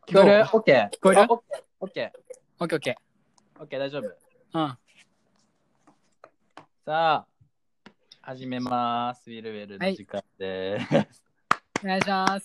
聞こえる？オッケー。 聞こえる？ オッケー。オッケー。 オッケーオッケオッケー、大丈夫。 ー。うん。 さあ、始めます。ウィルウェルの時間です。 お願いします。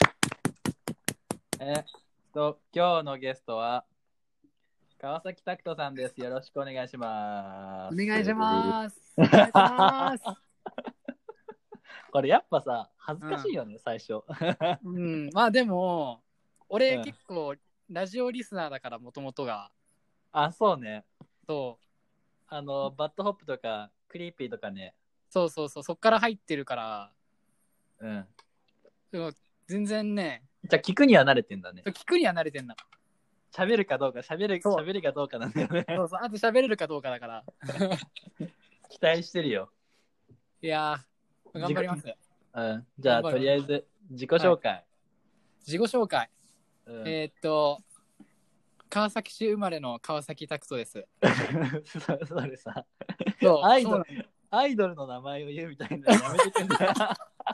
今日のゲストは、川崎拓人さんです。よろしくお願いします。 お願いします。お願いします。 これやっぱさ、恥ずかしいよね、最初。 うん。まあでも、俺うん結構ラジオリスナーだから、もともとが。 あ、そうね。 そう。 バッドホップとか、クリーピーとかね。 そう、そっから入ってるから、 うん。 でも全然ね、 じゃあ聞くには慣れてんだね。 聞くには慣れてんだ。 喋るかどうか、 そう喋りかどうかなんだよね。 そうそう。あと喋れるかどうかだから。 期待してるよ。 いやー、頑張ります。 うん。じゃあ、 頑張るとりあえず、自己紹介。 自己紹介。 うん川崎市生まれの川崎拓人です。 それさそうアイドルの名前を言うみたいなのやめてくんだ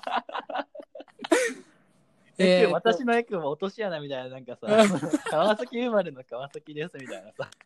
よ。私のエクも落とし穴みたいな、なんかさ川崎生まれの川崎ですみたいなさ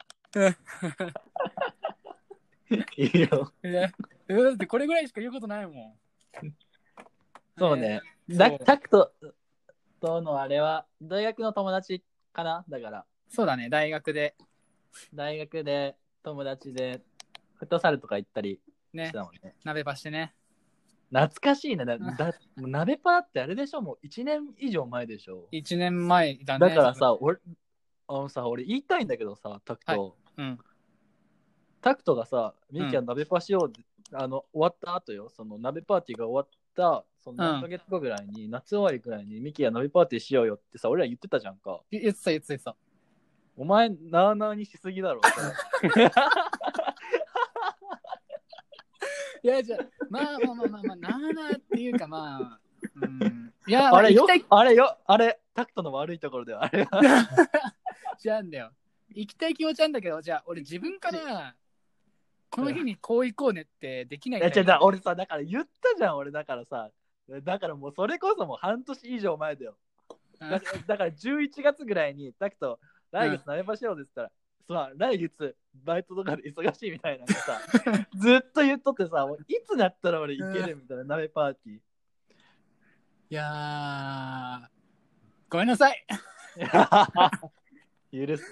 いいよ。 だってこれぐらいしか言うことないもん。 そうね。タクトとのあれは大学の友達かな。だからそうだね。大学で友達でフットサルとか行ったりしたもんね。 鍋パしてね。 懐かしいね。鍋パってあれでしょ、もう1年以上前でしょ。 1年前だね。 だからさ、俺言いたいんだけどさ、タクト。 はい、 タクトがさ、ミキは鍋パしよう、終わった後よ、その鍋パーティーが終わった、その何ヶ月後ぐらいに、夏終わりぐらいにミキは鍋パーティーしようよってさ、俺ら言ってたじゃんか。 言ってた。 お前、なーなーにしすぎだろ。 いや、じゃあ、まあ、なーなーっていうか、まあ、いや、 あれ、タクトの悪いところではあれは。 じゃあんだよ。行きたい気持ちなんだけど、じゃあ、俺自分から、この日にこう行こうねってできないんだよ。 俺さ、だから言ったじゃん、俺だからさ。だからもうそれこそもう半年以上前だよ。だから11月ぐらいにタクト、来月鍋パしようですって言ったら、来月バイトとかで忙しいみたいなのさ、ずっと言っとってさ、いつなったら俺行けるみたいな、鍋パーティー。 いやー、ごめんなさい。 許す。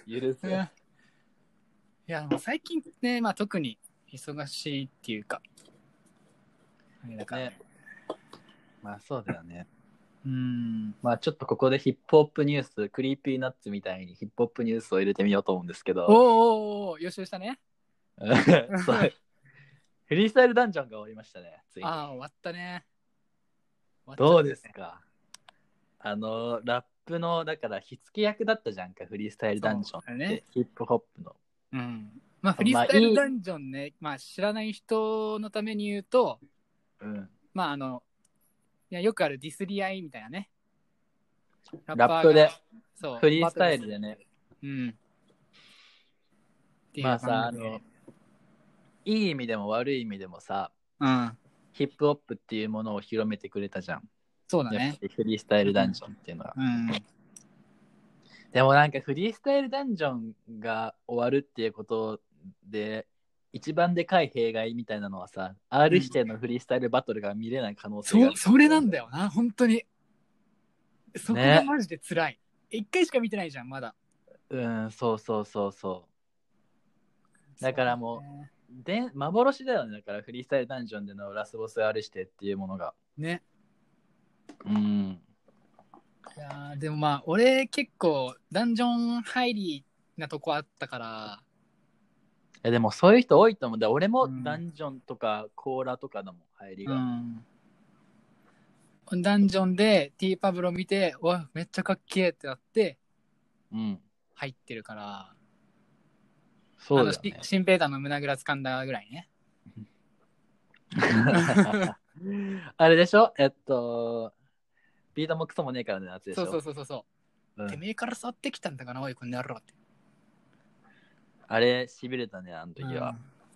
いや、もう最近ね、まあ特に忙しいっていうか。だからね。 まあそうだよね。 まあちょっとここでヒップホップニュース、クリーピーナッツみたいにヒップホップニュースを入れてみようと思うんですけど。 おー、予習したね。 そうフリースタイルダンジョンが終わりましたね。ついに。 終わったね。 どうですか？ラップの、だから火付け役だったじゃんか、フリースタイルダンジョンって、 ね、 ヒップホップの。 まあフリースタイルダンジョンね、まあ知らない人のために言うと、まあよくあるディスり合いみたいなね。 ラップで、フリースタイルでね。まあさ、いい意味でも悪い意味でもさ、ヒップホップっていうものを広めてくれたじゃん。 そうだね。 フリースタイルダンジョンっていうのは。でもなんかフリースタイルダンジョンが終わるっていうことで、一番でかい弊害みたいなのはさ、R 指定のフリースタイルバトルが見れない可能性がある。 それなんだよな、本当に。そこがマジで辛い。一回しか見てないじゃん、まだ。 そう。だからもう、幻だよね。だからフリースタイルダンジョンでのラスボス R 指定っていうものが。 ね。いやでもまあ、俺結構ダンジョン入りなとこあったから。 でもそういう人多いと思うんだ。俺もダンジョンとかコーラとかだもん、入りが。 ダンジョンでティーパブロ見て、わ、めっちゃかっけーってなって、入ってるから。 そうだね。 シンペーターの胸ぐら掴んだぐらいね。 あれでしょ？ビートもクソもねえからね、やつでしょ。 そう。てめえから触ってきたんだかな、おい、こんな野郎って。 あれ、しびれたね、あの時は。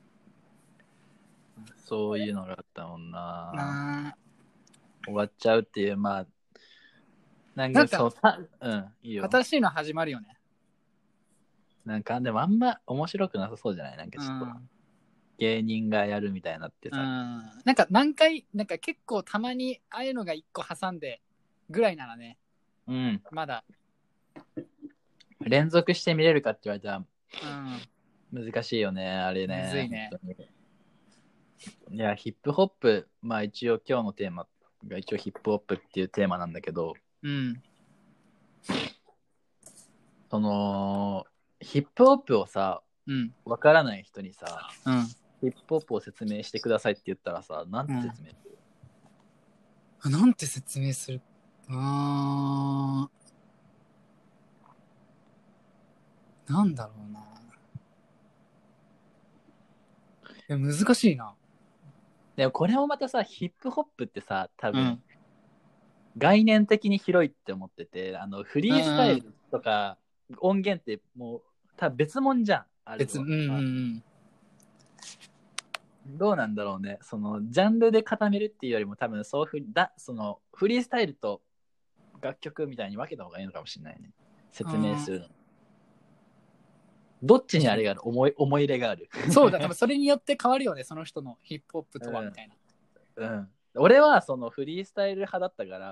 そういうのがあったもんな。終わっちゃうっていう、まあ、 なんなんかかそう、いいよ。 新しいの始まるよね。 なんか、でもあんま面白くなさそうじゃない？なんかちょっと、芸人がやるみたいなってさ。 なんか何回、なんか結構たまにああいうのが一個挟んでぐらいならね、まだ。 連続して見れるかって言われたら、難しいよね、あれね。 むずいね。 いや、ヒップホップ、まあ一応今日のテーマが一応ヒップホップっていうテーマなんだけど、その、ヒップホップをさ、わからない人にさ、ヒップホップを説明してくださいって言ったらさ、なんて説明する？ なんて説明する？なんだろうな。難しいな。 でもこれもまたさ、ヒップホップってさ、多分、概念的に広いって思ってて、フリースタイルとか音源ってもう多分別物じゃん。あれは。どうなんだろうね。そのジャンルで固めるっていうよりも多分そのフリースタイルと楽曲みたいに分けた方がいいのかもしれないね。説明するの。どっちにあれがある？思い入れがある。 そうだ、多分それによって変わるよね、その人のヒップホップとはみたいな。俺はそのフリースタイル派だったから、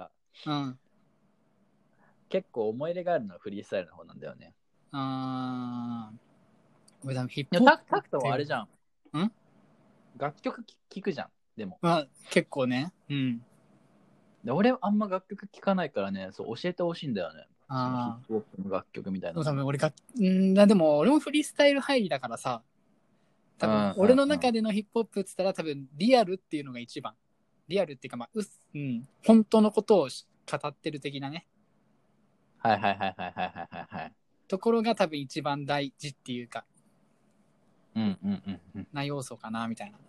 結構思い入れがあるのはフリースタイルの方なんだよね。 俺多分ヒップホップ。 タクトはあれじゃん。楽曲聴くじゃん、でも。 結構ね。 で俺あんま楽曲聴かないからね、そう教えてほしいんだよね。ヒップホップの楽曲みたいな。 でも俺もフリースタイル入りだからさ、多分俺の中でのヒップホップって言ったら多分リアルっていうのが一番。リアルっていうか本当のことを語ってる的なね。ところが多分一番大事っていうか、な要素かなみたいな。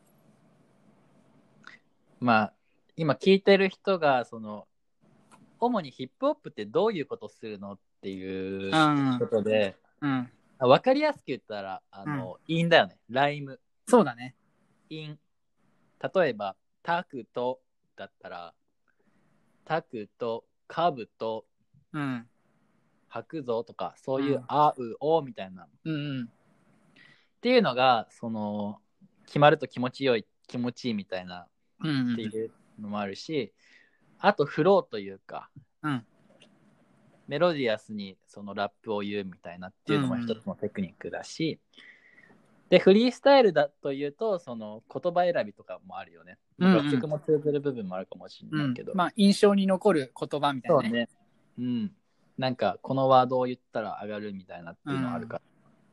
まあ今聞いてる人がその主にヒップホップってどういうことするのっていうことで、分かりやすく言ったら韻だよね。ライム。 そうだね。 韻。例えばタクトだったらタクト、カブト、吐くぞとかそういうあうおみたいな、っていうのがその決まると気持ちいいみたいなっていうのもあるし、あとフローというか、メロディアスにそのラップを言うみたいなっていうのも一つのテクニックだし、でフリースタイルだというとその言葉選びとかもあるよね。楽曲も通ずる部分もあるかもしれないけど、 印象に残る言葉みたいなね。 そうね。なんかこのワードを言ったら上がるみたいなっていうのがあるから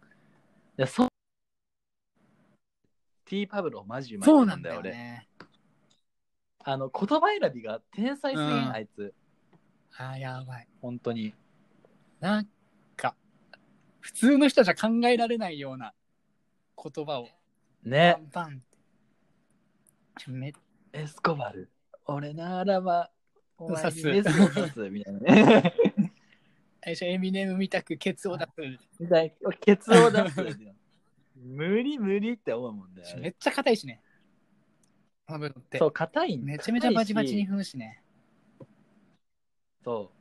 。T パブロマジうまいなんだよ俺。言葉選びが天才すぎん、あいつ。 やばい。 本当に。 なんか普通の人じゃ考えられないような言葉をね。 バンエスコバル、俺ならばお前にメスを刺すみたいなね。 エミネムみたくケツを出す。 ケツを出す。無理って思うもんね。 めっちゃ硬いしね。パブロって。 そう、硬いんだ。 めちゃめちゃバチバチに踏むしね。 そう。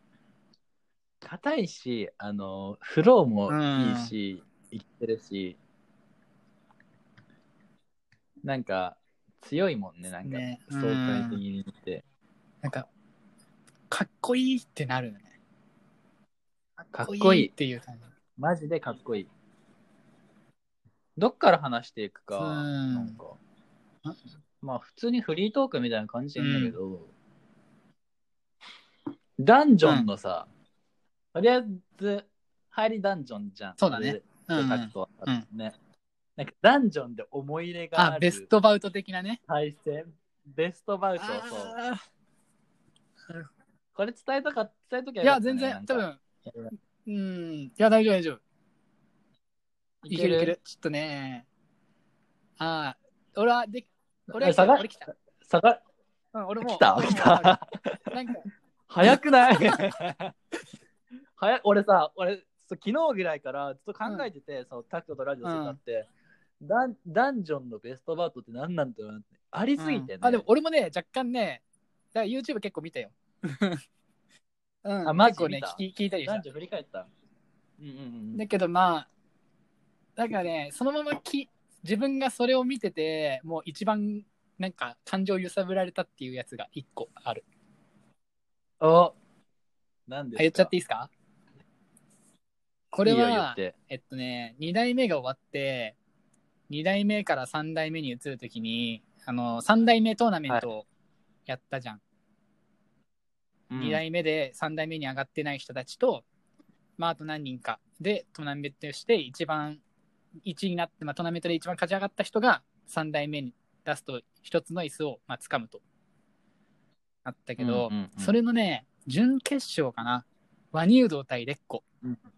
硬いし、フローもいいし、いってるし、なんか強いもんね、なんか相対的に見て。 なんか、かっこいいってなるよね。 かっこいいっていう感じ。 マジでかっこいい。どっから話していくか、なんか。まあ普通にフリートークみたいな感じでいいんだけど、ダンジョンのさ、とりあえず入りダンジョンじゃん。 そうだね。 なんかダンジョンで思い入れがある。 ベストバウト的なね。 対戦。ベストバウトをそう。これ伝えときゃよかったね。 いや、全然、多分。いや、大丈夫。いける。ちょっとね。俺来た。俺も。 来た。 なんか。 早くない？俺昨日ぐらいからずっと考えてて、タクトとラジオしてたって、ダンジョンのベストバウトって何なんだろうなって。ありすぎてね。 でも俺もね、若干ね、だから YouTube 結構見たよ。 うん、 あ、マ結構ねジ見た聞いたりした男。女振り返った。うんうんうん。 だけどまあ、だからね、そのまま自分がそれを見てて、もう一番なんか感情揺さぶられたっていうやつが一個ある。 お、何で言っちゃっすか？ ていいですか？これいいよ、言っは、 て。 2代目が終わって、2代目から3代目に移るときに、3代目トーナメントをやったじゃん。2代目で3代目に上がってない人たちと、まあ、あと何人かでトーナメントして一番1位になって、まあ、トーナメントで一番勝ち上がった人が3代目に出すと1つの椅子を、まあ、掴むとなったけど、それのね、準決勝かな。和乳道対レッコ。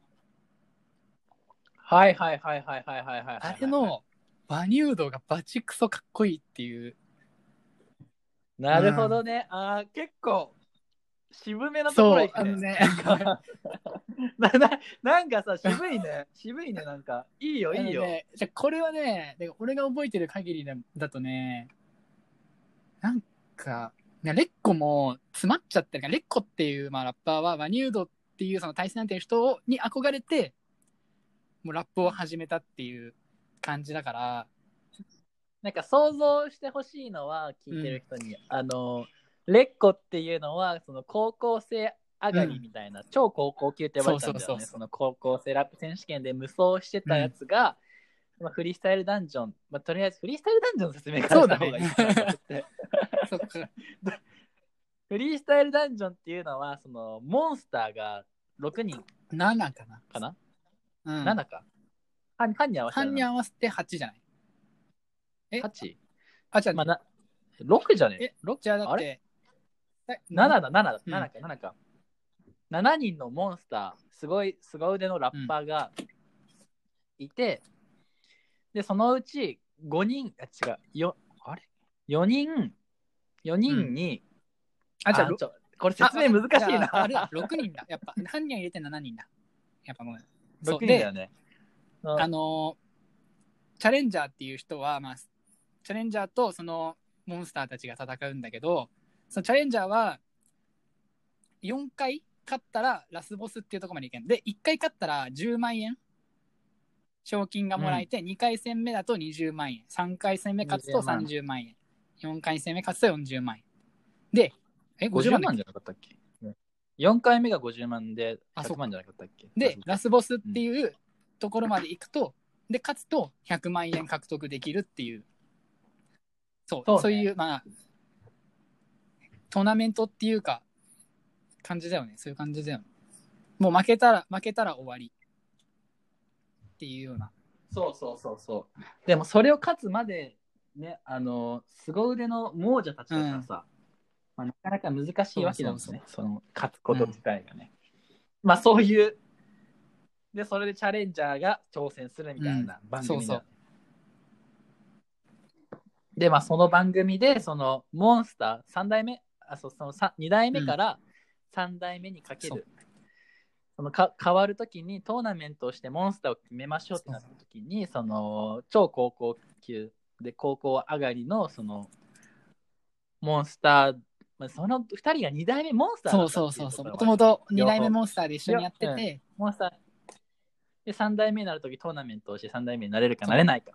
はいはいはいはいはいはいはい。 あれの和乳道がバチクソかっこいいっていう。 なるほどね。ああ、結構渋めのところ行くね。 ね。 なんかさ、渋いね。渋いね、なんか。いいよ、いいよ。 じゃこれはね、俺が覚えてる限りだとね、なんか、レッコも詰まっちゃってるから、レッコっていう、まあ、ラッパーは、ワニュードっていうその対戦なんていう人に憧れて、もうラップを始めたっていう感じだから。 なんか想像してほしいのは、聞いてる人に、レッコっていうのは、その高校生上がりみたいな、超高校級って呼ばれたんだよね。その高校生ラップ選手権で無双してたやつが、まあ、フリースタイルダンジョン、まあ、とりあえずフリースタイルダンジョンの説明からした方がいいかなと思って。 そっか。 フリースタイルダンジョンっていうのは、そのモンスターが6人 7かな。 かな、 7 か。半に合わせて半に合わせて8じゃない？ 8？ あ、じゃあ、 まあ、6じゃねえ？ じゃあだって、 7だ、7か。7人のモンスター、すごい凄腕のラッパーがいて、で、そのうち5人、違う、4人に、 じゃあ、 これ説明難しいな。 あれだ、6人だ。やっぱ、半人入れて7人だ。やっぱもう、 6人だよね。 チャレンジャーっていう人は、まあ、チャレンジャーとそのモンスターたちが戦うんだけど、そのチャレンジャーは4回勝ったらラスボスっていうところまでいけんで、1回勝ったら10万円賞金がもらえて、2回戦目だと20万円、3回戦目勝つと30万円、4回戦目勝つと40万円で、 50万じゃなかったっけ？4回目が50万で100万じゃなかったっけ？ で、ラスボスっていうところまで行くと、で、勝つと100万円獲得できるっていう、そういう、まあ、トーナメントっていうか、感じだよね。そういう感じだよね。もう負けたら終わりっていうような。 そう。でもそれを勝つまで、ね、凄腕の亡者たちだからさ、まあ、なかなか難しいわけなんですね。その勝つこと自体がね。まあそういう、で、それでチャレンジャーが挑戦するみたいな番組だよね。で、まあその番組で、そのモンスター、3代目、その2代目から3代目にかける。その変わるときにトーナメントをしてモンスターを決めましょうってなったときに、その超高校級で高校上がりのそのモンスター、まあ、その2人が2代目モンスターだったっていう。 もともと2代目モンスターで一緒にやってて、 モンスターで3代目になるときトーナメントをして3代目になれるかなれないか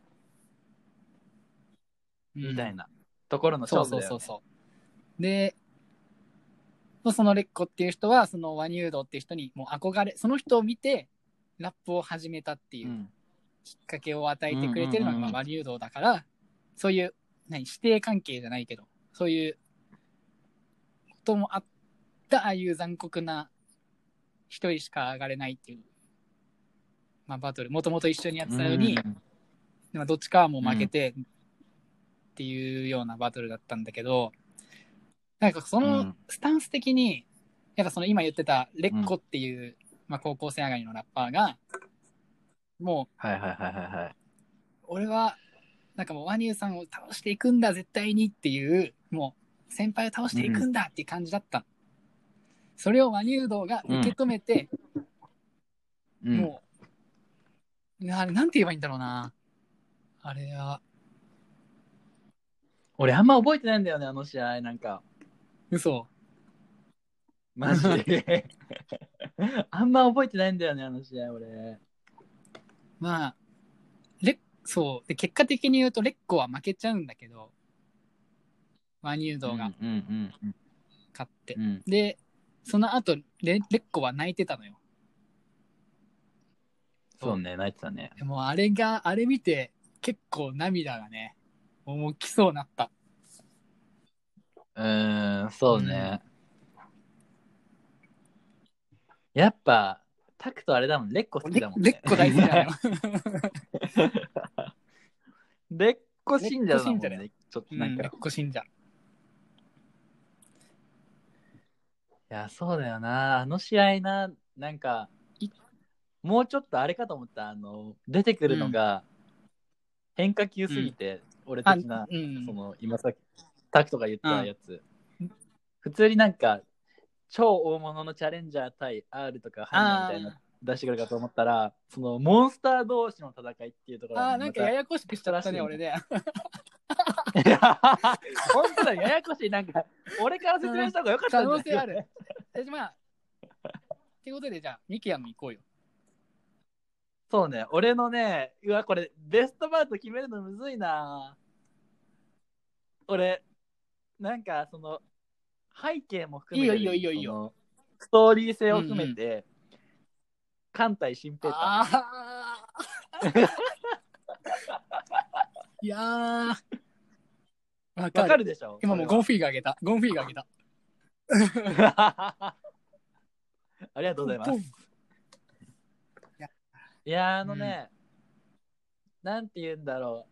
みたいなところの勝負だよね。 で、そのレッコっていう人はそのワニュードっていう人にもう憧れ、その人を見てラップを始めたっていうきっかけを与えてくれてるのがワニュードだから、そういう師弟関係じゃないけど、そういうこともあった、ああいう残酷な一人しか上がれないっていう、まあ、バトル、もともと一緒にやってたのに、どっちかはもう負けてっていうようなバトルだったんだけど、なんかそのスタンス的に、やっぱその今言ってたレッコっていう、まあ、高校生上がりのラッパーが、もう、俺はなんかもうワニューさんを倒していくんだ絶対にっていう、もう先輩を倒していくんだっていう感じだった。それをワニュードが受け止めて、もう、あれなんて言えばいいんだろうな。あれは。 俺あんま覚えてないんだよね、あの試合。なんか。 嘘。 マジで。あんま覚えてないんだよね、あの試合、俺。 まあ、そうで、結果的に言うとレッコは負けちゃうんだけど、ワニュードが勝って、 うん。 でその後レッコは泣いてたのよ。 そうね、泣いてたね。 でもあれ見て結構涙がね、もう来そうなった。 そうね。やっぱ、タクトあれだもん、レッコ好きだもんね。 レッコ大好きだよ。 レッコ信者だもんレッコ信者だよね。ちょっとなんか。 レッコ信者。 いや、そうだよな。あの試合な、なんか、もうちょっとあれかと思った。出てくるのが変化球すぎて、俺的な、その、今さっき、タクトが言ったやつ。普通になんか、超大物のチャレンジャー対 R とかハンナみたいな出してくるかと思ったら、そのモンスター同士の戦いっていうところなんかややこしくしちゃったね、俺ね。 本当だ、ややこしい。なんか、俺から説明した方がよかったんだよ。 可能性ある。まあ、ってことで、じゃあ、ミキヤの行こうよ。 そうね、俺のね、これ、ベストバウト決めるのむずいな。俺、なんか、その、背景も含めて、 いいよ。 ストーリー性を含めて、艦隊新平太。 いやー。わかるでしょ。 今もうゴンフィーがあげた。 ありがとうございます。いや、なんて言うんだろ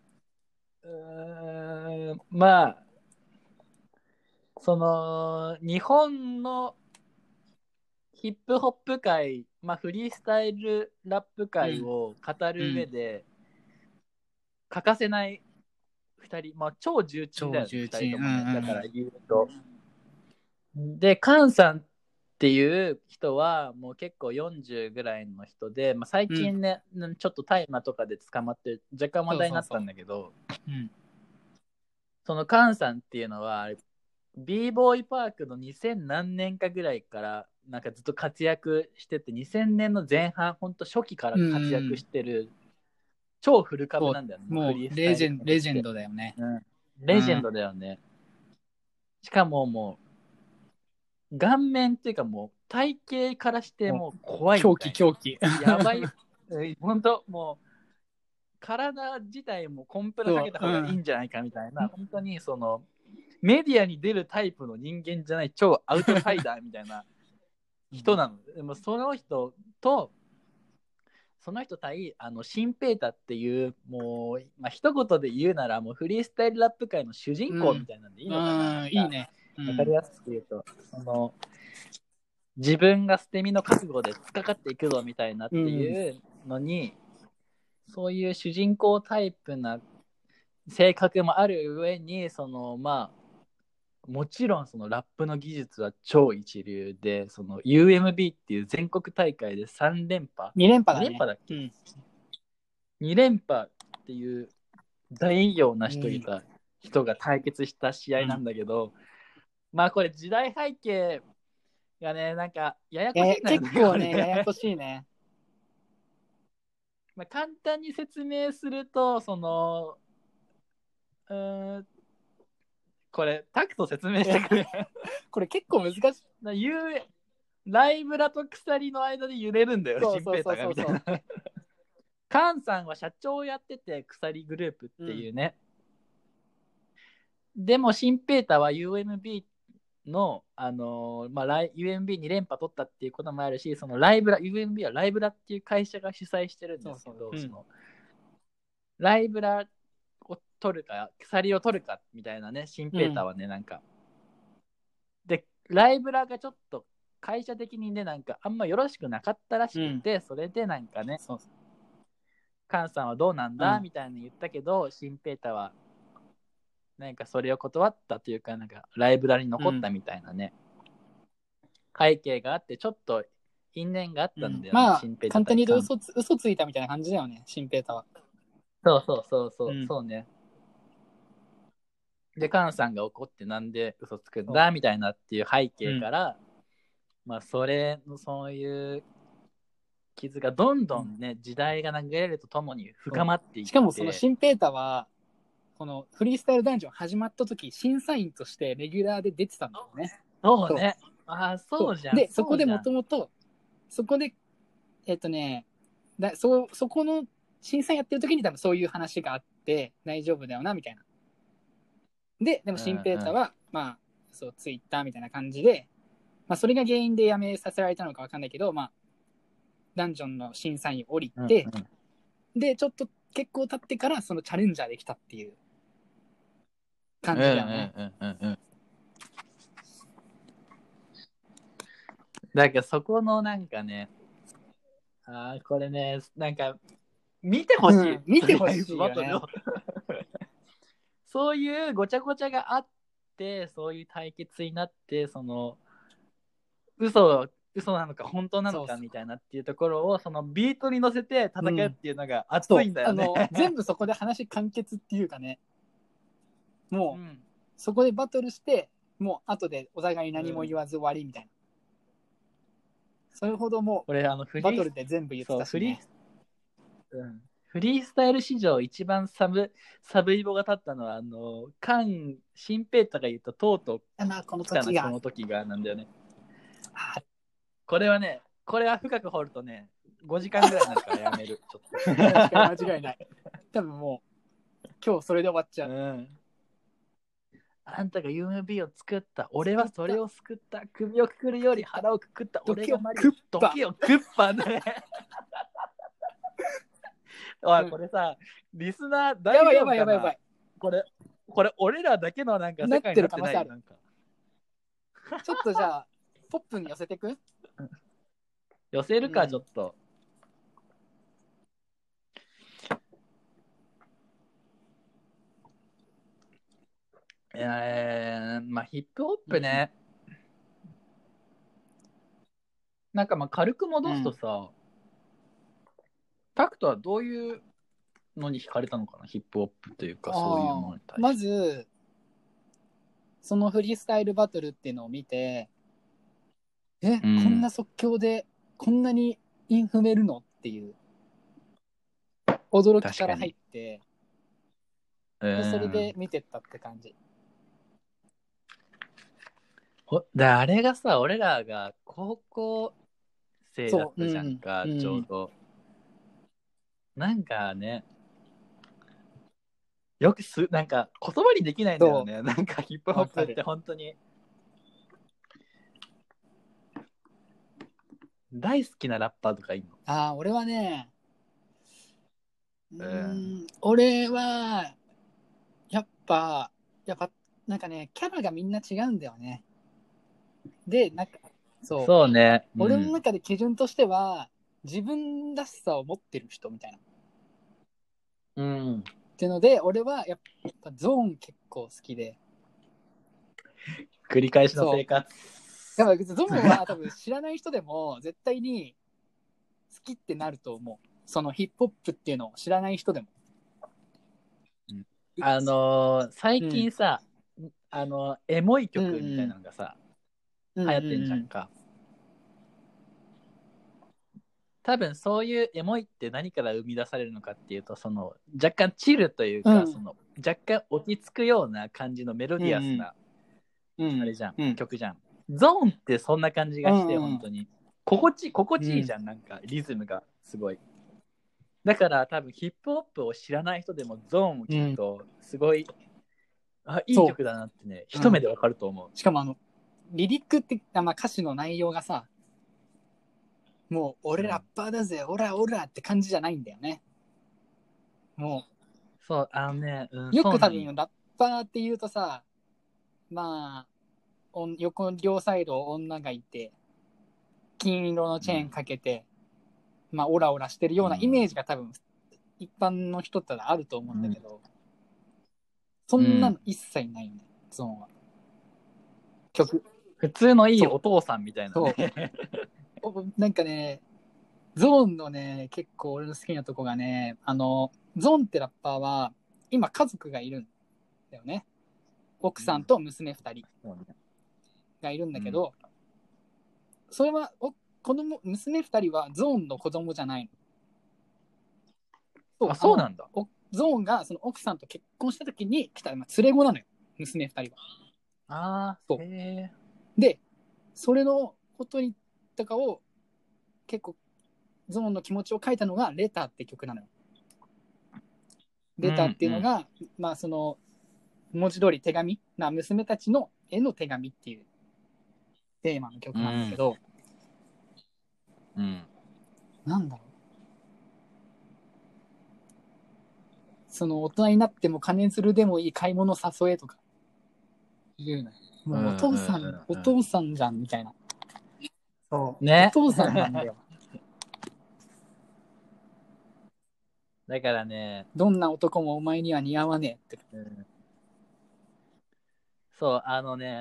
う。まあ、その、日本のヒップホップ界、フリースタイルラップ界を語る上で、欠かせない2人、超重鎮だよね、2人ともね。だから言うと。で、カンさんっていう人はもう結構40ぐらいの人で、最近ね、ちょっと大麻とかで捕まって若干話題になったんだけど、そのカンさんっていうのは b ボーイパークの2000何年かぐらいからなんかずっと活躍してて、2000年の前半ほんと初期から活躍してる超フル株なんだよね。 もうレジェンドだよね。 レジェンドだよね。しかももう顔面っていうかもう体型からしてもう怖いみたいな。 狂気。 やばい。本当もう体自体もコンプラかけた方がいいんじゃないかみたいな、本当にそのメディアに出るタイプの人間じゃない超アウトサイダーみたいな人なの。でもその人対シンペータっていうもう、一言で言うならもうフリースタイルラップ界の主人公みたいなんでいいのかな。 いいね。 わかりやすく言うと、その自分が捨て身の覚悟で突っかかっていくぞみたいなっていうのに、そういう主人公タイプな性格もある上に、そのもちろんそのラップの技術は超一流で、その UMB っていう全国大会で3連覇 2連覇だね。 2連覇だっけ、2連覇っていう大偉業を成し遂げた人が対決した試合なんだけど、これ時代背景がね、なんかややこしいんだよね。 結構ね、ややこしいね。 簡単に説明すると、そのこれタクト説明してくれ。 これ結構難しい。 ライブラと鎖の間で揺れるんだよ、シンペーターがみたいな。カンさんは社長をやってて、鎖グループっていうね。でもシンペーターは UMB の、UMB2 連覇取ったっていうこともあるし、そのUMB はライブラっていう会社が主催してるんですけど、そのライブラを取るか、鎖を取るかみたいなね、シンペーターはね、なんか。で、ライブラがちょっと会社的にね、なんかあんまよろしくなかったらしくて、それでなんかね、カンさんはどうなんだ、みたいに言ったけど、シンペーターはなんかそれを断ったというか、なんかライブラに残ったみたいなね、背景があって、ちょっと因縁があったんだよね、シンペーター。 簡単に言うと嘘ついたみたいな感じだよね、シンペーターは。 そうね。で、カンさんが怒ってなんで嘘つくんだみたいなっていう背景から、 まあそういう傷がどんどんね、時代が流れるとともに深まっていって、 しかもそのシンペータはこのフリースタイルダンジョン始まった時審査員としてレギュラーで出てたんだよね。 そうね。ああ、そうじゃん。 でそこでもともとそこでそこの審査やってる時に多分そういう話があって大丈夫だよなみたいな。でもシンペータは、まあそうツイッターみたいな感じで、まあそれが原因で辞めさせられたのかわかんないけど、まあダンジョンの審査員降りて、でちょっと結構経ってからそのチャレンジャーできたっていう感じだよね。 だけどそこのなんかね、これね、なんか見てほしい、 見てほしいよね。 そういうごちゃごちゃがあって、そういう対決になって、その嘘なのか本当なのかみたいなっていうところをそのビートに乗せて戦うっていうのが熱いんだよね。 全部そこで話完結っていうかね、もう、そこでバトルしてもう後でお互い何も言わず終わりみたいな、それほどもうバトルで全部言ってたしね。 フリースタイル史上一番サブイボが立ったのはシンペータが言ったとうとうこの時がなんだよね。これは深く掘るとね5時間ぐらいになるからやめる。ちょっと間違いない。多分もう今日それで終わっちゃう。 あんたが UMB を作った、俺はそれを救った、首をくくるより腹をくくった、俺がマリオ、時をクッパね。おい、これさ、リスナー大丈夫かな？やばい。これ俺らだけのなんか世界になってない？なんかちょっとじゃあポップに寄せてく？ 寄せるか、ちょっと。まあヒップホップね。なんかまあ軽く戻すとさ、タクトはどういうのに惹かれたのかな、ヒップホップというかそういうものに対して。 まずそのフリースタイルバトルっていうのを見て、こんな即興でこんなに韻踏めるのっていう驚きから入って、それで見てったって感じ。 あれがさ、俺らが高校生だったじゃんか、ちょうど。なんかね、よくなんか言葉にできないんだよね。なんかヒップホップって本当に。大好きなラッパーとかいるの？ 俺はね、俺はやっぱなんかね、キャラがみんな違うんだよね。で、なんかそうね、 俺の中で基準としては自分らしさを持ってる人みたいな。っていうので、俺はやっぱゾーン結構好きで。 繰り返しの生活。 だからゾーンは多分知らない人でも絶対に好きってなると思う。そのヒップホップっていうのを知らない人でも。 最近さ、エモい曲みたいなのがさ、流行ってんじゃんか。多分そういうエモいって何から生み出されるのかっていうと、その若干チルというか、その若干落ち着くような感じのメロディアスな、あれじゃん、曲じゃん。ゾーンってそんな感じがして、本当に心地いいじゃん、なんかリズムがすごい。だから多分ヒップホップを知らない人でもゾーンを聞くとすごい、いい曲だなってね、一目でわかると思う。 しかもリリックって、歌詞の内容がさ、もう俺ラッパーだぜ、オラって感じじゃないんだよね。もうそうよく多分ラッパーって言うとさ、まあ横両サイド女がいて金色のチェーンかけて、まあオラオラしてるようなイメージが多分一般の人ってあると思うんだけど、そんなの一切ないんだよ、ゾーンは。 普通のいいお父さんみたいなね。 なんかね、ゾーンのね、結構俺の好きなとこがね、ゾーンってラッパーは今家族がいるんだよね。奥さんと娘2人がいるんだけど、 それは娘2人はゾーンの子供じゃないの。 そうなんだ。 ゾーンがその奥さんと結婚した時に来た、連れ子なのよ、娘2人は。 そうで、それのことにとかを結構ゾーンの気持ちを書いたのがレターって曲なのよ。レターっていうのが、その文字通り手紙な、娘たちの絵の手紙っていうテーマの曲なんだけど、なんだろう、その大人になっても金づるでもいい買い物誘えとか言うのよ。もうお父さん、お父さんじゃんみたいな。そうね、お父さんなんだよ。 だからね、 どんな男もお前には似合わねえって。 そう、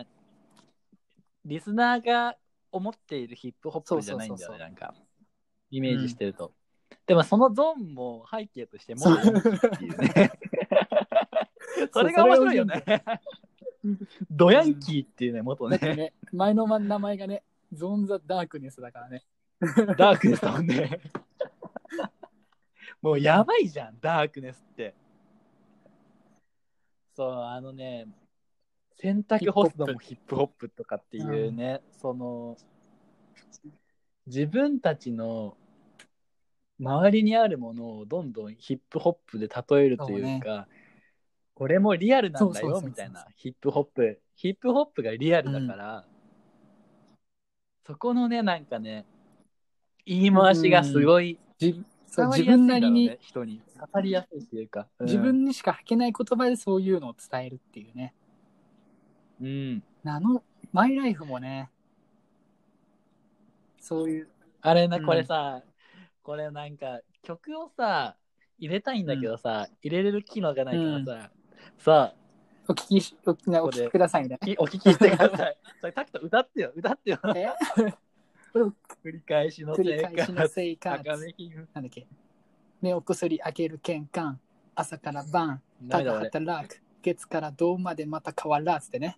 リスナーが思っているヒップホップじゃないんだよね、なんか、イメージしてると。でもそのゾーンも背景として元ヤンキーっていうね。それが面白いよね。ドヤンキーっていうね、元ね。 前の名前がね、ゾーン・ザ・ダークネスだからね。 ダークネスだもんね。もうやばいじゃん、ダークネスって。そう、洗濯干すのもヒップホップとかっていうね、その、自分たちの周りにあるものをどんどんヒップホップで例えるというか、これもリアルなんだよみたいな、ヒップホップがリアルだから、そこのね、なんかね、言い回しがすごい、 自分なりに人に刺さりやすいっていうか、 自分にしか吐けない言葉でそういうのを伝えるっていうね。マイライフもね、そういう。 あれね、これさ、これなんか曲をさ、入れたいんだけどさ、入れれる機能がないからさ、さあ、 お聞きくださいね。 お聞きしてください。それタクト歌ってよ。繰り返しの生活。 なんだっけ。目をこそり開ける玄関。朝から晩。ただ働く。月から銅までまた変わらずでね。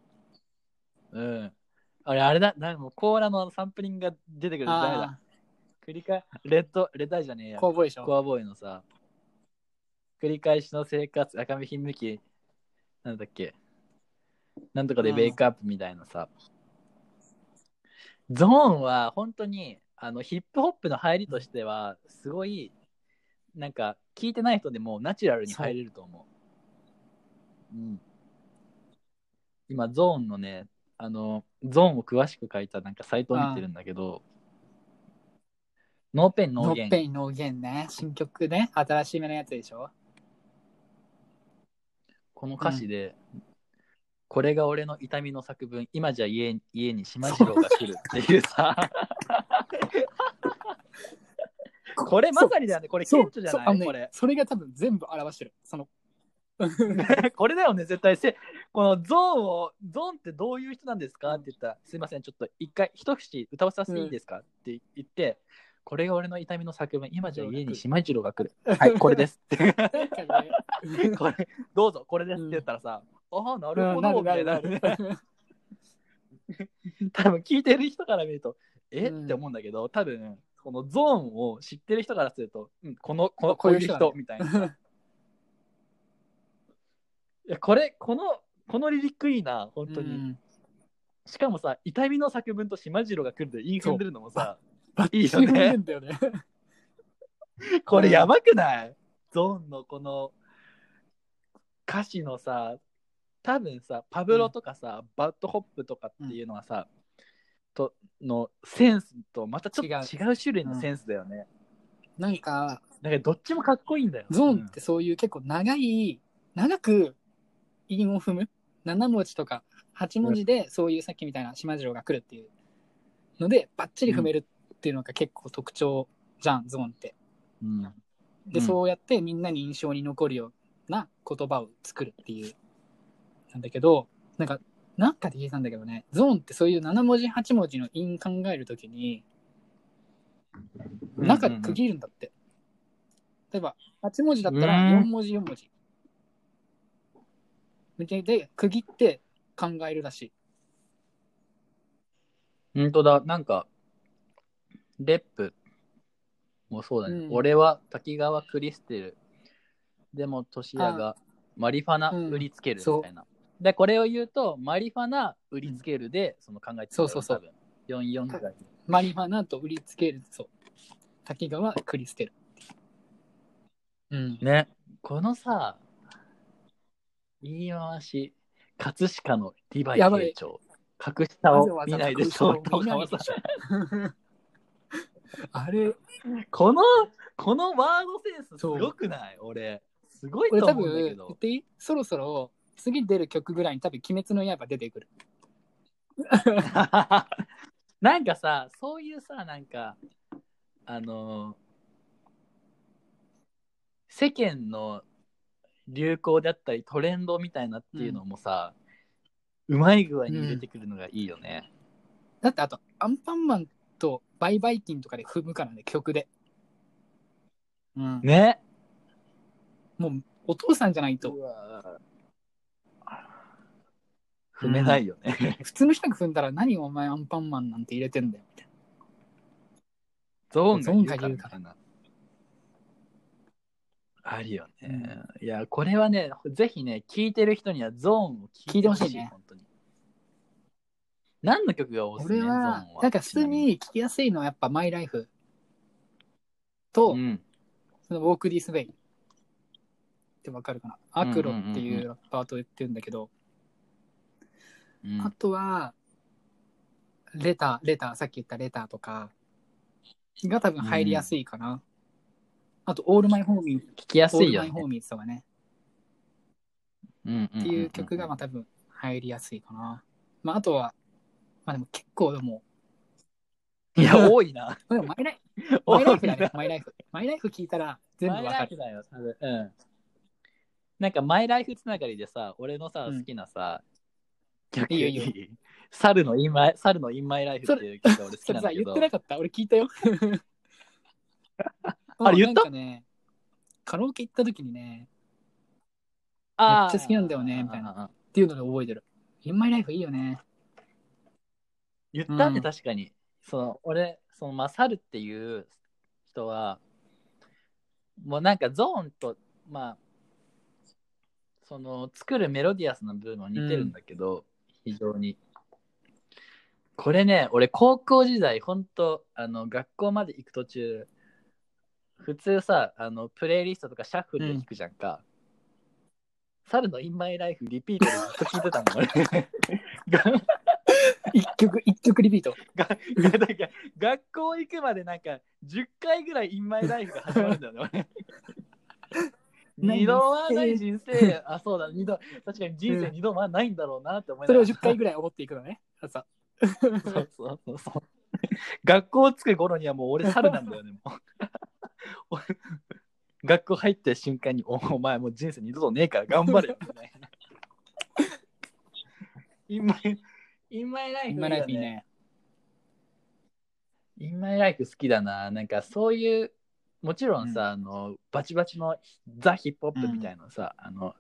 あれだ。なんかもうコーラのサンプリングが出てくる。ダメだ。レッドアイじゃねえや。 コアボーイのさ。繰り返しの生活。赤目ひんむき。なんだっけ。なんとかでベイクアップみたいなさ。ゾーンは本当にヒップホップの入りとしてはすごいなんか聞いてない人でもナチュラルに入れると思う。今ゾーンのねゾーンを詳しく書いたなんかサイトを見てるんだけど、ノーペンノーゲンね、新曲ね、新しめのやつでしょ。 この歌詞で、これが俺の痛みの作文、今じゃ家に島次郎が来るっていうさこれまさにだよね。これ顕著じゃない？これそれが多分全部表してる。そのこれだよね、絶対。このゾーンってどういう人なんですかって言ったら、すいません、ちょっと一節歌わさせていいですかって言って、これが俺の痛みの作文、今じゃ家に島次郎が来る。はい、これですって。これどうぞ、これですって言ったらさ、ああ、なるほど、みたいな。多分聞いてる人から見ると、って思うんだけど、多分このゾーンを知ってる人からすると、こういう人みたいな。いやこのリリックいいな、本当に。しかもさ、痛みの作文と島次郎が来るで言い踏んでるのもさ、いいよね。これやばくない？ゾーンのこの歌詞のさ、多分さ、パブロとかさ、バッドホップとかっていうのはさ、のセンスとまたちょっと違う種類のセンスだよね。なんかどっちもかっこいいんだよ。 ゾーンってそういう結構長く韻を踏む7文字とか8文字でそういうさっきみたいな島次郎が来るっていうのでバッチリ踏めるっていうのが結構特徴じゃん、ゾーンって。で、そうやってみんなに印象に残るような言葉を作るっていうなんだけど、なんかで聞いたんだけどね、ゾーンってそういう7文字8文字の韻考えるときに中で区切るんだって。例えば8文字だったら4文字4文字で区切って考えるらしい。 本当だ、なんか、レップもそうだね。 うん俺は滝川クリステル、でもトシヤあ、 がマリファナうん売りつけるみそうたいな。で、これを言うと、マリファナ売りつけるで、その考えてるんだよ、 そうそうそう多分。44ぐらい。 マリファナと売りつける、そう。滝川クリステル。うん。 ね。このさ、言い回し、葛飾のリヴァイやばい。 兵長、格下をわざわざ見ないで隠しょうしたを見とかもさ、 ないでしょ。あれ、 このワードセンスすそうごくない？俺、すごい俺多と思うんだけ分、言どっ。ていい？そろそろ次出る曲ぐらいに多分鬼滅の刃出てくる。 なんかさ、そういうさ、なんか、あの世間の流行であったりトレンドみたいなっていうのもさ、うまい具合に入れてくるのがいいよね。 だってあと、アンパンマンとバイバイキンとかで踏むからね、曲で。うん。 ね。 もう、お父さんじゃないとう。わ踏めないよね。 普通の人が踏んだら何お前アンパンマンなんて入れてんだよみたいゾーンが言うからゾーンが言うからみたいな。あるよね。 うんいや、これはね、ぜひね、聴いてる人にはゾーンを聞いてほしい。 聞いてほしいね本当に。何の曲がおな。 すすめ？ 俺は、 ゾーンは。 なんか普通に聞きやすいのはやっぱマイライフと、 うん。 そのウォークディスウェイってわかるかな。アクロっていうラッパーと言ってるんだけど、 うんあとは、レター、さっき言ったレターとかが多分入りやすいかな。あと、オールマイホーミー、 聞きやすオーいよね。 ルマイホーミーズとかね。っていう曲がまあた。 多分入りやすいかな。まああとは、まあでも結構でも、 いや、多いな。 でもマイライ多フだね、 いな。 マイライフ。マイライフ聞いたら全部わかる。 マイライフだよ、多分。うん。なんか、マイライフつながりでさ、俺のさ、 うん好きなさ、曲いいよいいよ。 猿のインマイライフっていう曲が俺好きそれさ、 なんだけど。 言ってなかった俺聞いたよ。 あれ言った？ なんかね、カラオケ行った時にね、めっちゃ好きなんだよね、みたいな。っていうので覚えてる。In My Life いいよね。 言ったね、 うん。 確かに。俺、マサルっていう人は、もうなんかゾーンと、まあ、作るメロディアスな部分は似てるんだけど、非常に。これね、俺高校時代、ほんと、学校まで行く途中、普通さ、プレイリストとかシャッフルで聞くじゃんか。猿のインマイライフリピートでずっと聞いてたもん、俺。 一曲リピート。 学校行くまでなんか10回ぐらいインマイライフが始まるんだよね、俺。二度はない人生、あ、そうだ、確かに人生二度はないんだろうなって思いながら。 それを10回ぐらい思っていくのね。朝。 そう。学校着く頃にはもう俺猿なんだよね、もう。学校入った瞬間にお前もう人生二度とねえから頑張れよみたいな。インマイライフいいよね。 いいね。 インマイライフ好きだな。なんかそういう、もちろんさ、バチバチのザ・ヒップホップみたいなさ、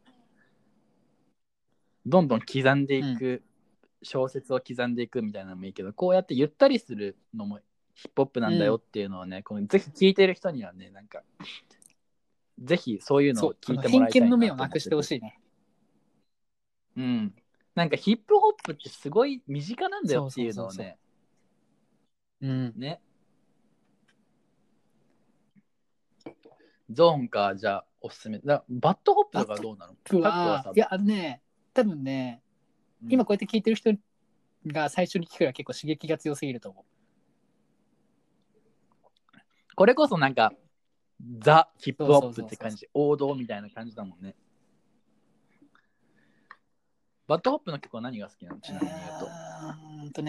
どんどん刻んでいく、小説を刻んでいくみたいなのもいいけど、こうやってゆったりするのもヒップホップなんだよっていうのをね、ぜひ聴いてる人にはね、なんか、ぜひそういうのを聞いてもらいたいなと思ってて。 偏見の目をなくしてほしいね。 うん。なんかヒップホップってすごい身近なんだよっていうのをね。ね。ゾーンか、じゃあおすすめ。バッドホップとかどうなの？ いや、多分ね、今こうやって聞いてる人が最初に聞くら結構刺激が強すぎると思う。 これこそなんか、ザ・ヒップホップって感じ。王道みたいな感じだもんね。バッドホップの曲は何が好きなの？ちなみに言うと。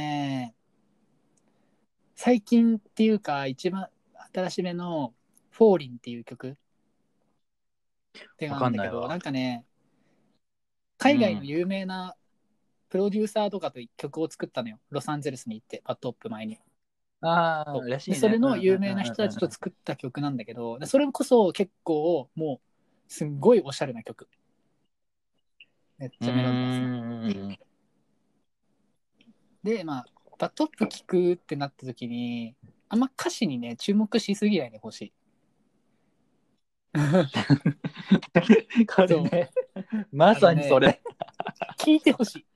最近っていうか、一番新しめのフォーリンっていう曲ってなんだけど、なんかね、海外の有名なプロデューサーとかと曲を作ったのよ。ロサンゼルスに行って、バッドホップ前に。 らしいね。 それの有名な人たちと作った曲なんだけど、それこそ結構もうすんごいおしゃれな曲。めっちゃメロディアスな。で、まあ、 バトップ聞くってなった時に、あんま歌詞にね、注目しすぎないでほしい。 これね、まさにそれ。 聞いてほしい。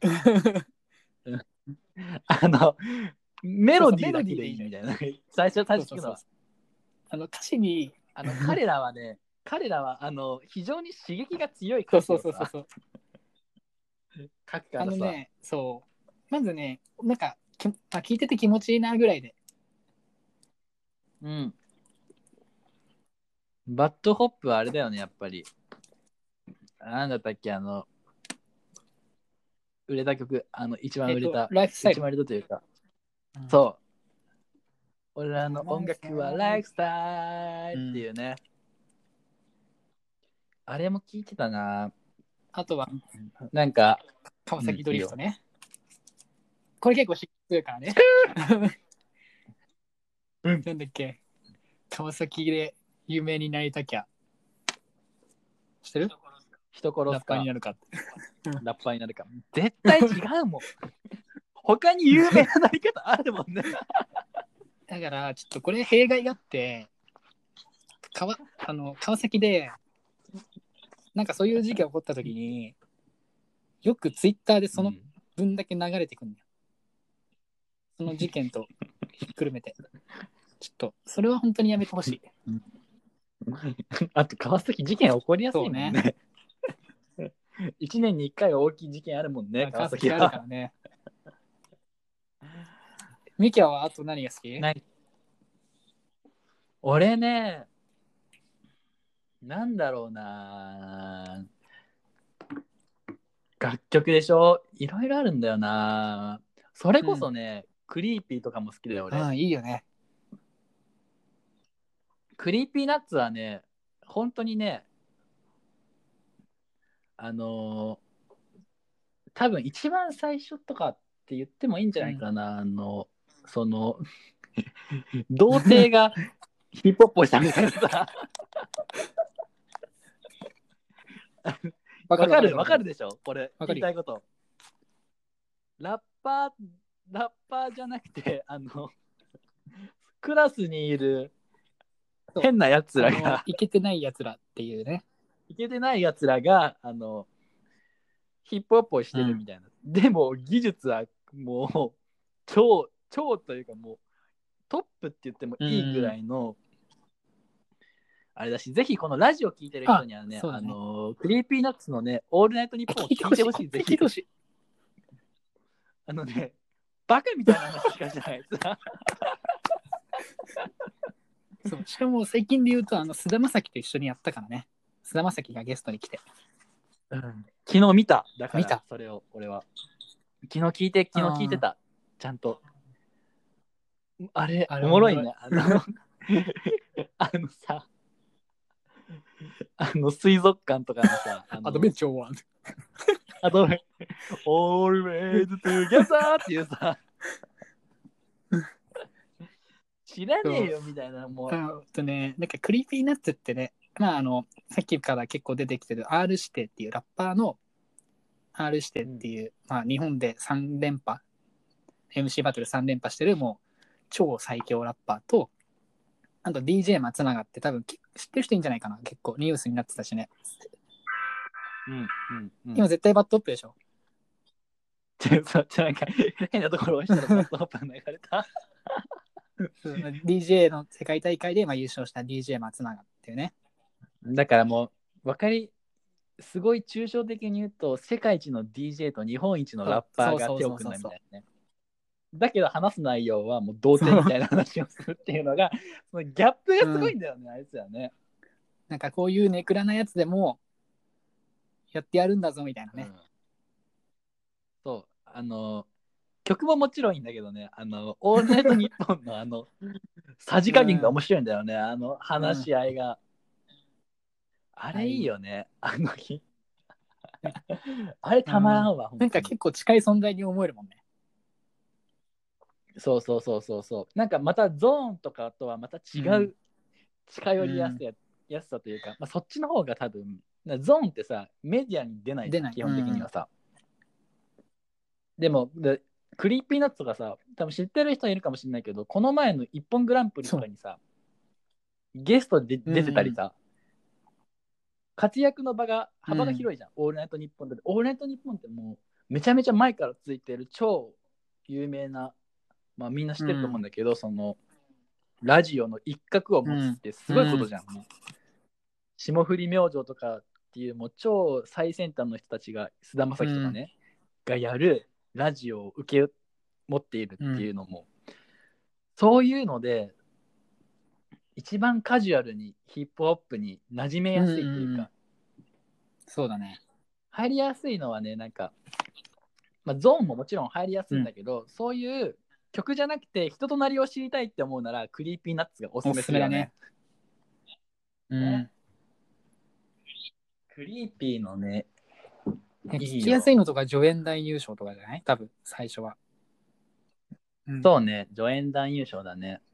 メロディーだけでいいみたいな。最初聞くのは。 歌詞に、 彼らは非常に刺激が強いそう歌詞をさ、 そうそうそう。 書くからさ。 そう。まずね、なんか、聞いてて気持ちいいなぐらいで。 うん。バッドホップはあれだよね、やっぱり。なんだったっけ、売れた曲、一番売れた、 ライフスタイル。 一番売れたというか、そう。俺らの音楽はライフスタイルっていうね。あれも聞いてたな。 あとは、 なんか、 川崎ドリフトね。これ結構知ってるからね。なんだっけ、川崎で有名になりたきゃ。知ってる？ 人殺すか。 ラッパーになるか。 ラッパーになるか。絶対違うもん。他に有名ななり方あるもんね。 だから、ちょっとこれ弊害があって、川崎で、なんかそういう事件起こった時に、よくツイッターでその分だけ流れてくるんだよ。その事件とひっくるめて。ちょっと、それは本当にやめてほしい。 あと、川崎事件起こりやすいもんね。1年に1回は大きい事件あるもんね、川崎は。 あるからね。ミキャはあと何が好き？ 俺ね、なんだろうな、楽曲でしょ、いろいろあるんだよな。それこそね、クリーピーとかも好きだよ俺。 ああ、いいよね。 クリーピーナッツはね、本当にね、多分一番最初とかって言ってもいいんじゃないかな、その童貞がヒップホップをしたみたいなさ。わかるでしょこれ言いたいこと。ラッパーじゃなくてクラスにいる変なやつらがイケてないやつらっていうね。 イケてないやつらがヒップホップをしてるみたいな、でも技術はもう超というかもうトップって言ってもいいぐらいの、あれだし、ぜひこのラジオ聞いてる人にはね、クリーピーナッツのね、オールナイトニッポンを聞いてほしい。ぜひ。聞いてほしい。バカみたいな話しかしない。 そう、しかも最近で言うと、菅田将暉と一緒にやったからね。菅田将暉がゲストに来て。 昨日見た。だからそれを俺は。昨日聞いてた。ちゃんと。あれおもろいね。さ、水族館とかのさ、 アドベンチャーワン。 Always together っていうさ、知らねえよみたいな、もう。 なんかクリーピーナッツってね、まあさっきから結構出てきてる R 指定っていうラッパーの R 指定っていう、まあ日本で3連覇、MC バトル3連覇してるもう超最強ラッパーと、あと DJ 松永って多分知ってる人いいんじゃないかな、結構ニュースになってたしね。今絶対バッドアップでしょ。 なんか変なところをしたらバッドアップが流れた。 DJ の世界大会で優勝した DJ 松永っていうね。 だからもうすごい抽象的に言うと、世界一の DJ と日本一のラッパーが手を組んだみたいなね。だけど話す内容はもう童貞みたいな話をするっていうのが、そのギャップがすごいんだよね、あいつはね。 なんかこういうネクラなやつでもやってやるんだぞみたいなね。 そう、曲ももちろんいいんだけどね、オールナイトニッポンのさじ加減が面白いんだよね、話し合いが。あれいいよね、あの日。あれたまらんわ、 なんか結構近い存在に思えるもんね。 そう。なんかまたゾーンとかとはまた違う、近寄りやすさというか、そっちの方が多分、ゾーンってさ、メディアに出ないじゃん、基本的にはさ。でもクリーピーナッツとかさ、多分知ってる人いるかもしれないけど、この前の一本グランプリとかにさ、ゲストで出てたりさ、活躍の場が幅が広いじゃん、オールナイトニッポンで。オールナイトニッポンってもうめちゃめちゃ前からついてる超有名な、まあみんな知ってると思うんだけど、そのラジオの一角を持つってすごいことじゃん。もう霜降り明星とかっていうもう超最先端の人たちが、菅田将暉とかね、がやるラジオを受け持っているっていうのも、そういうので一番カジュアルにヒップホップに馴染めやすいっていうか、 そうだね。 入りやすいのはね、なんか、まあ、ゾーンももちろん入りやすいんだけど、そういう曲じゃなくて人となりを知りたいって思うなら、クリーピーナッツがおすすめするよね。ね、クリーピーのね、 聞きやすいのとか助演男優賞とかじゃない？多分最初は。 そうね、助演男優賞だね。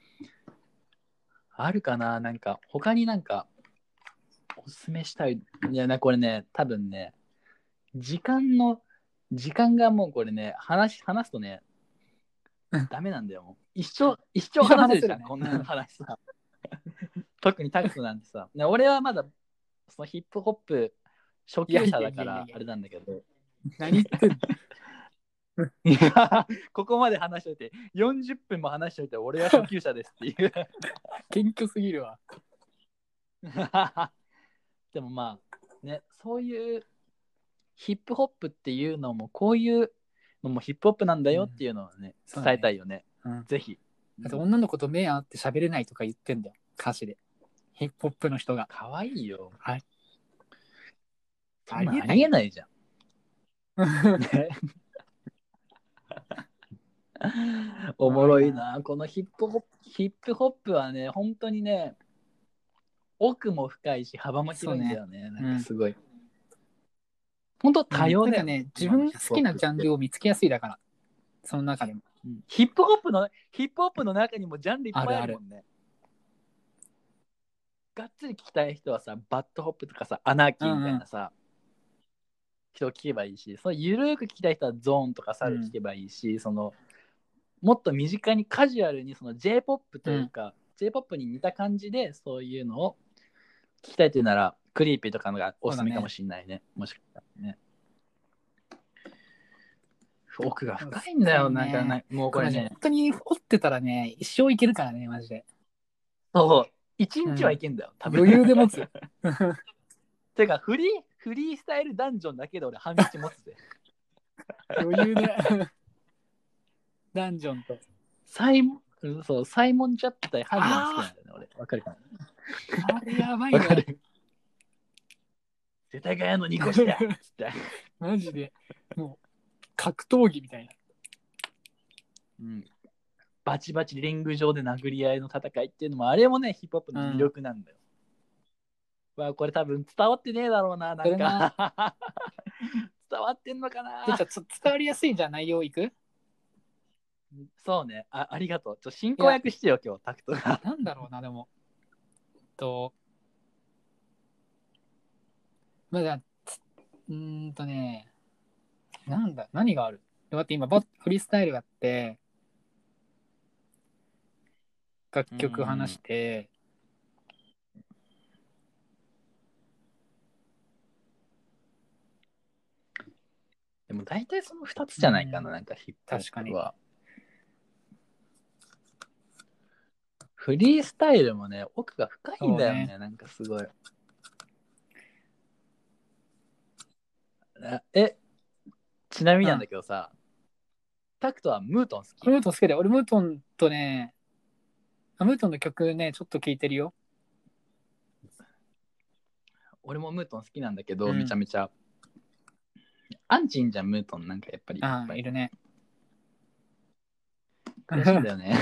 あるかな、なんか他になんかおすすめしたい。いやな、これね、多分ね、時間がもうこれね、話すとね、ダメなんだよ。もう一生話せるじゃん、こんな話さ。特にタクトなんてさ、ね、俺はまだそのヒップホップ初級者だからあれなんだけど。 何言ってんのここまで話しといて、40分も話しといて、俺は初級者ですっていう。 謙虚すぎるわ。 でもまあ、ね、そういうヒップホップっていうのも、こういうのもヒップホップなんだよっていうのをね、伝えたいよね。ぜひ。 だって女の子と目合って喋れないとか言ってんだよ、歌詞で。ヒップホップの人が。 かわいいよ。 はい。 ありえないじゃん。ね、おもろいな。このヒップホップはね、本当にね、奥も深いし、幅も広いんだよね。なんかすごい。本当多様だよね。自分が好きなジャンルを見つけやすいだから、その中でも。 ヒップホップの中にもジャンルいっぱいあるもんね。がっつり聞きたい人はさ、バッドホップとかさ、アナーキーみたいなさ、人を聞けばいいし、そのゆるく聞きたい人はゾーンとかサル聞けばいいし、そのもっと身近にカジュアルにその J-POP というか、J-POP に似た感じでそういうのを聞きたいというなら、クリーピーとかのがおすすめかもしれないね。もしかしたらね。奥が深いんだよ、なんかもうこれね。 本当に掘ってたらね、一生いけるからね、マジで。 そう、一日はいけんだよ、多分。 余裕で持つ。 てかフリースタイルダンジョンだけで俺半日持つぜ。 余裕で。ダンジョンと。 サイモン・チャップ対ハンマー好きなんだよね、俺。わかるかな。 あれやばいね。 世田谷の2個してつって。 マジで。もう、格闘技みたいな。 バチバチリング上で殴り合いの戦いっていうのも、あれもね、ヒップホップの魅力なんだよ。これ多分伝わってねえだろうな、なんか。伝わってんのかな。 じゃあ伝わりやすいじゃん、内容いく？ そうね、ありがとう。進行役してよ、今日、タクトが。 なんだろうな、でも。まあ、じゃあ、何がある？だって今、フリースタイルがあって、楽曲話して、 でも大体その2つじゃないかな、なんかヒップホップは。フリースタイルもね、奥が深いんだよね、なんかすごい。ちなみになんだけどさ、タクトはムートン好き？ ムートン好きだよ。俺ムートンとね、ムートンの曲ね、ちょっと聴いてるよ。 俺もムートン好きなんだけど、めちゃめちゃ。アンチんじゃん、ムートンなんかやっぱり。 いるね。 悔しいんだよね。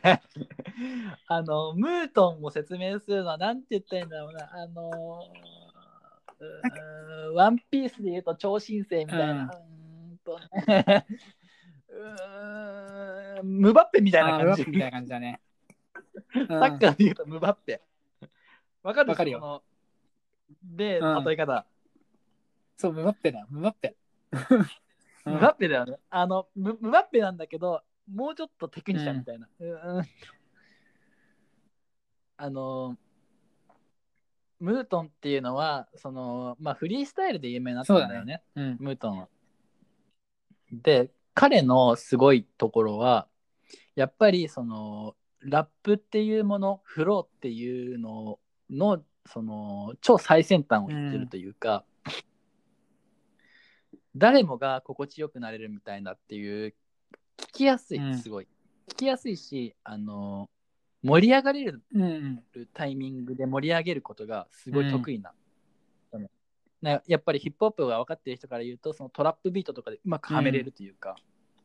ムートンを説明するのはなんて言ったらいいんだろうな。ワンピースで言うと超新星みたいな。ムバッペみたいな感じ。 ムバッペみたいな感じだね。 サッカーで言うとムバッペ。わかるよ。 で、例え方。 そう、ムバッペだよ、ムバッペ。 ムバッペだよね。ムバッペなんだけど、もうちょっとテクニシャンみたいな。ムートンっていうのはフリースタイルで有名になったんだよね、ムートンは。で彼のすごいところはやっぱりラップっていうもの、フローっていうのの超最先端を言ってるというか、誰もが心地よくなれるみたいなっていう、聞きやすい、すごい聞きやすいし、盛り上がれるタイミングで盛り上げることがすごい得意な、やっぱりヒップホップが分かっている人から言うと、そのトラップビートとかでうまくはめれるというか、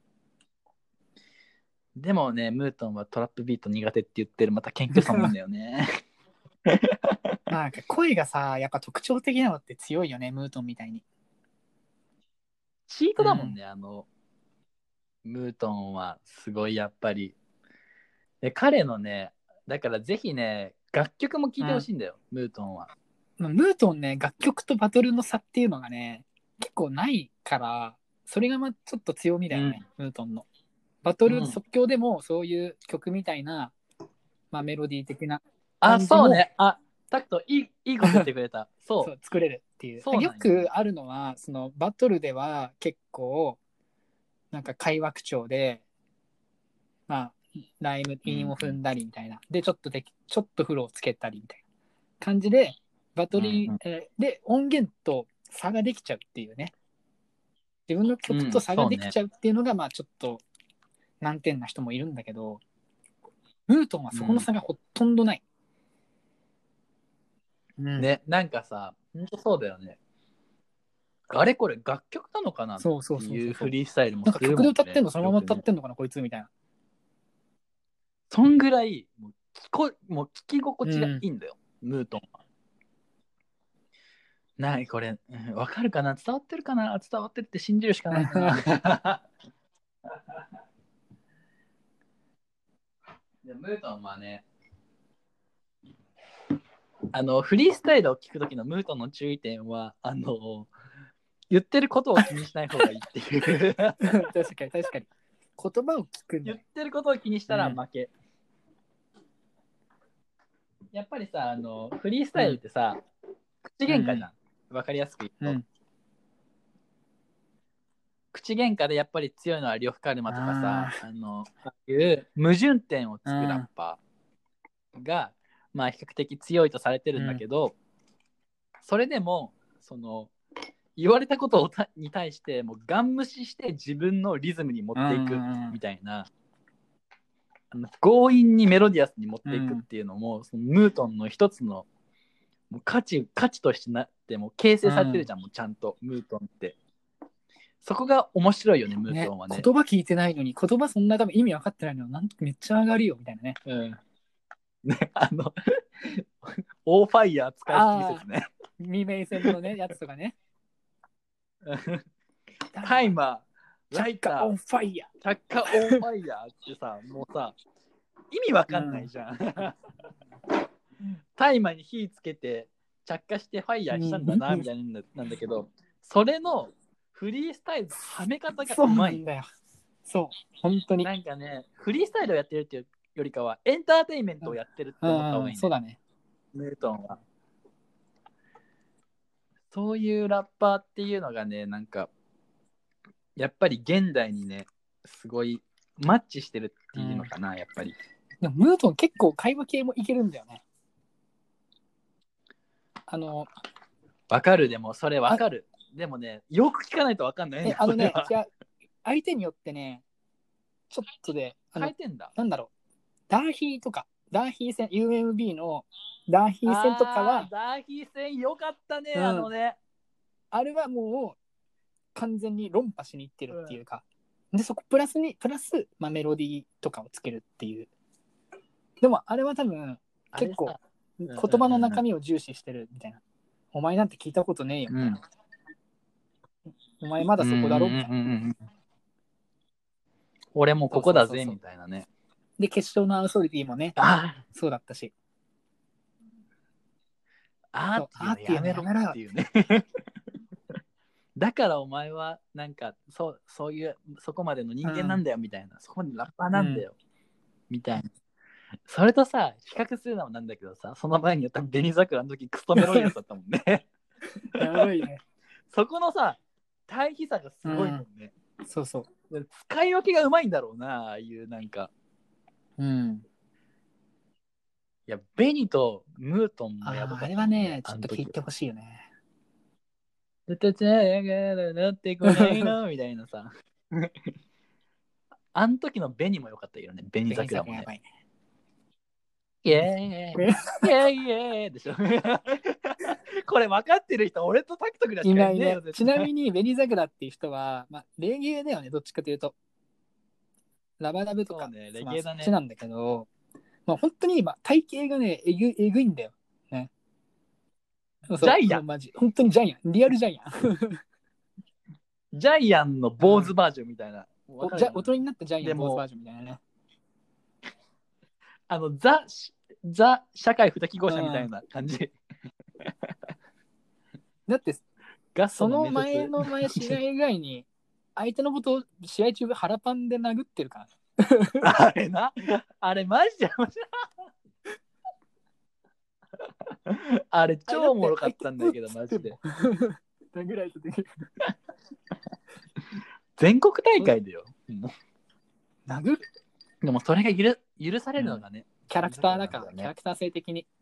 でもね、ムートンはトラップビート苦手って言ってる、また謙虚さもんだよね。 なんか声がさ、やっぱ特徴的なのって強いよね、ムートンみたいに。 チートだもんね、ムートンはすごいやっぱり。で彼のね、だからぜひね、楽曲も聴いてほしいんだよ、ムートンは。 ムートンね、楽曲とバトルの差っていうのがね、結構ないから、それがちょっと強みだよね、ムートンの。バトル即興でもそういう曲みたいな、メロディー的な感じも。 そうね。タクトいいこと言ってくれた。そう作れるっていう。よくあるのは、そのバトルでは結構、なんか会話口調で、ライム、韻を踏んだりみたいな。で、ちょっとフローつけたりみたいな感じで、バトル、で、音源と差ができちゃうっていうね。自分の曲と差ができちゃうっていうのが、ちょっと難点な人もいるんだけど、ムートンはそこの差がほとんどない。 ね、なんかさ、ほんとそうだよね。あれこれ楽曲なのかなっていうフリースタイルもするもんね。 曲で歌ってんのそのまま歌ってんのかな、こいつみたいな。 そんぐらいもう聞き心地がいいんだよ、ムートンは。これ、わかるかな、伝わってるかな、伝わってるって信じるしかないな。ムートンはね、フリースタイルを聞くときのムートンの注意点は、言ってることを気にしない方がいいっていう。 確かに。言葉を聞く言ってることを気にしたら負け。やっぱりさ、フリースタイルってさ、口喧嘩じゃん。わかりやすく言うと。口喧嘩でやっぱり強いのは呂布カルマとかさ、ああいう矛盾点をつくラッパーが、比較的強いとされてるんだけど、それでも、言われたことに対してもうガン無視して自分のリズムに持っていくみたいな、強引にメロディアスに持っていくっていうのも、そのムートンの一つのもう価値としてなっても形成されてるじゃん、もうちゃんとムートンって。そこが面白いよね、ムートンはね。 言葉聞いてないのに、言葉そんな多分意味分かってないのなんとめっちゃ上がるよみたいなね。 ね、オーファイヤー使いすぎ説ね。 未明戦のね、やつとかね。 タイマー、ライター、 オンファイヤー、着火オンファイヤーってさ、もうさ、意味わかんないじゃん。タイマーに火つけて着火してファイヤーしたんだなみたいなんだけど、それのフリースタイルのはめ方がうまいんだよ。そう、本当に。 なんかね、フリースタイルをやってるっていうよりかはエンターテインメントをやってるって思った方がいいね。 そうだね。 ムートンは。そういうラッパーっていうのがね、なんかやっぱり現代にね、すごいマッチしてるっていうのかな、やっぱり。 でもムートン結構会話系もいけるんだよね。 わかる、でもそれわかる。でもね、よく聞かないとわかんないね。 じゃあ相手によってね、ちょっとで、 変えてんだ。 なんだろう、ダーヒーとか、ダーヒー戦、UMB のダーヒー戦とかは、 ダーヒー戦よかったね、 あれはもう完全に論破しにいってるっていうか、でそこプラス、メロディーとかをつけるっていう。でもあれは多分結構言葉の中身を重視してるみたいな。お前なんて聞いたことねえよみたいな。お前まだそこだろみたいな。 俺もここだぜみたいなね。 で決勝のアウソリティもね、そうだったし。っていうのやめろよっていうね。 だからお前はなんかそういうそこまでの人間なんだよみたいな、そこまでラッパーなんだよ、みたいな。それとさ比較するのもなんだけどさ、その前に言った紅桜の時クソメロいやつだったもんね。 やばいね。 そこのさ対比差がすごいもんね。 そうそう。 使い分けがうまいんだろうな、ああいうなんか。いや、ベニとムートンもやばかった、 あれはね、ちょっと聞いてほしいよね。 ずっとつながるなってこないのみたいなさ。あの時のベニもよかったけどね、ベニ桜もね。 やばいね。 イエーイイエーイイエーイでしょ。これ分かってる人、俺とタクトぐらいしかいねえよ。 ちなみに、紅桜っていう人は、まあ、レゲエだよね、どっちかというと。ラバダブとか、 ね、レゲエだね。 そっちなんだけど、まあ、本当に今、体型がね、えぐいんだよ。ね。 ジャイアン。 マジ。本当にジャイアン。リアルジャイアン。 ジャイアンの坊主バージョンみたいな。 大人になったジャイアン坊主バージョンみたいなね。 ザ社会不適合者みたいな感じ。 だってその前の試合以外に相手のことを試合中腹パンで殴ってるから。 あれな、あれマジであれ超おもろかったんだけどマジで。 殴られた時全国大会でよ。 殴る。 でもそれが許されるのがね、 キャラクターだからね、キャラクター性的に。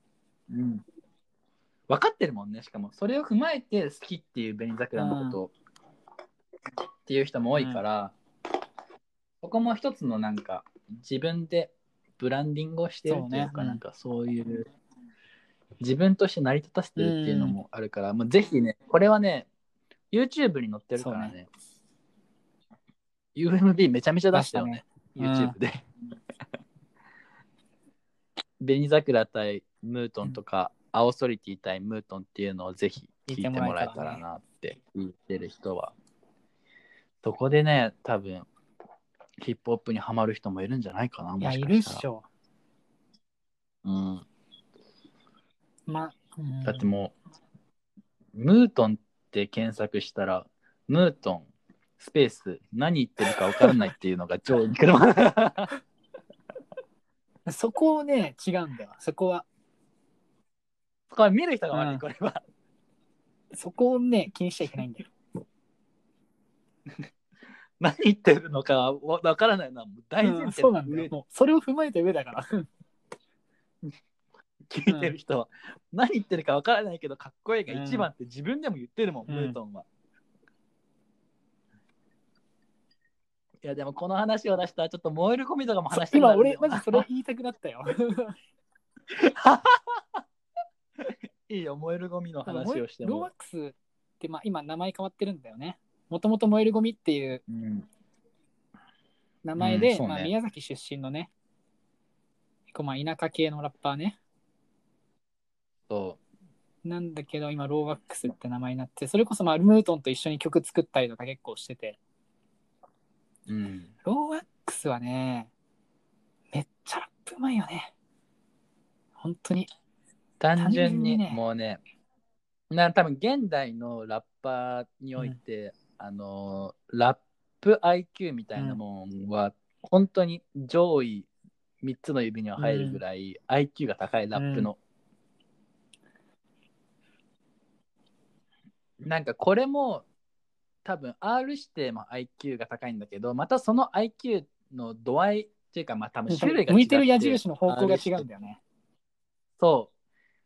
分かってるもんね。しかもそれを踏まえて好きっていう紅桜のことっていう人も多いから、そこも一つのなんか自分でブランディングをしてるっていうか、なんかそういう自分として成り立たせてるっていうのもあるから、もうぜひね、これはね YouTube に載ってるからね。UMB めちゃめちゃ出したよね、YouTube で。紅桜対ムートンとか、アオソリティ対ムートンっていうのをぜひ聞いてもらえたらなって聞いてる人は。そこでね、多分ヒップホップにハマる人もいるんじゃないかな。もしかしたら。いるっしょ。だってもうムートンって検索したらムートンスペース何言ってるか分からないっていうのが超いくらそこをね違うんだよ。そこは見る人が悪い、これは。 そこをね気にしちゃいけないんだよ。 何言ってるのか分からないのはもう大前提、 そうなんだよ。もうそれを踏まえて上だから聞いてる人は、何言ってるか分からないけどかっこいいが一番って自分でも言ってるもん、ムートンは。いやでもこの話を出したらちょっと燃えるゴミとかも話して今俺マジそれ言いたくなったよいいよ、燃えるゴミの話をしても。 ローワックスって、まあ、今名前変わってるんだよね。もともと燃えるゴミっていう名前で、まあ、宮崎出身のね、まあ、田舎系のラッパーね。なんだけど今ローワックスって名前になって、それこそまあムートンと一緒に曲作ったりとか結構してて、ローワックスはねめっちゃラップうまいよね。本当に単純にね、もうね、多分現代のラッパーにおいて、ラップ IQ みたいなもんは、本当に上位3つの指には入るぐらい IQ が高いラップの。なんかこれも多分 R 指定も IQ が高いんだけど、またその IQ の度合いっていうか、まあ多分種類が違って、 向いてる矢印の方向が違うんだよね。 そう。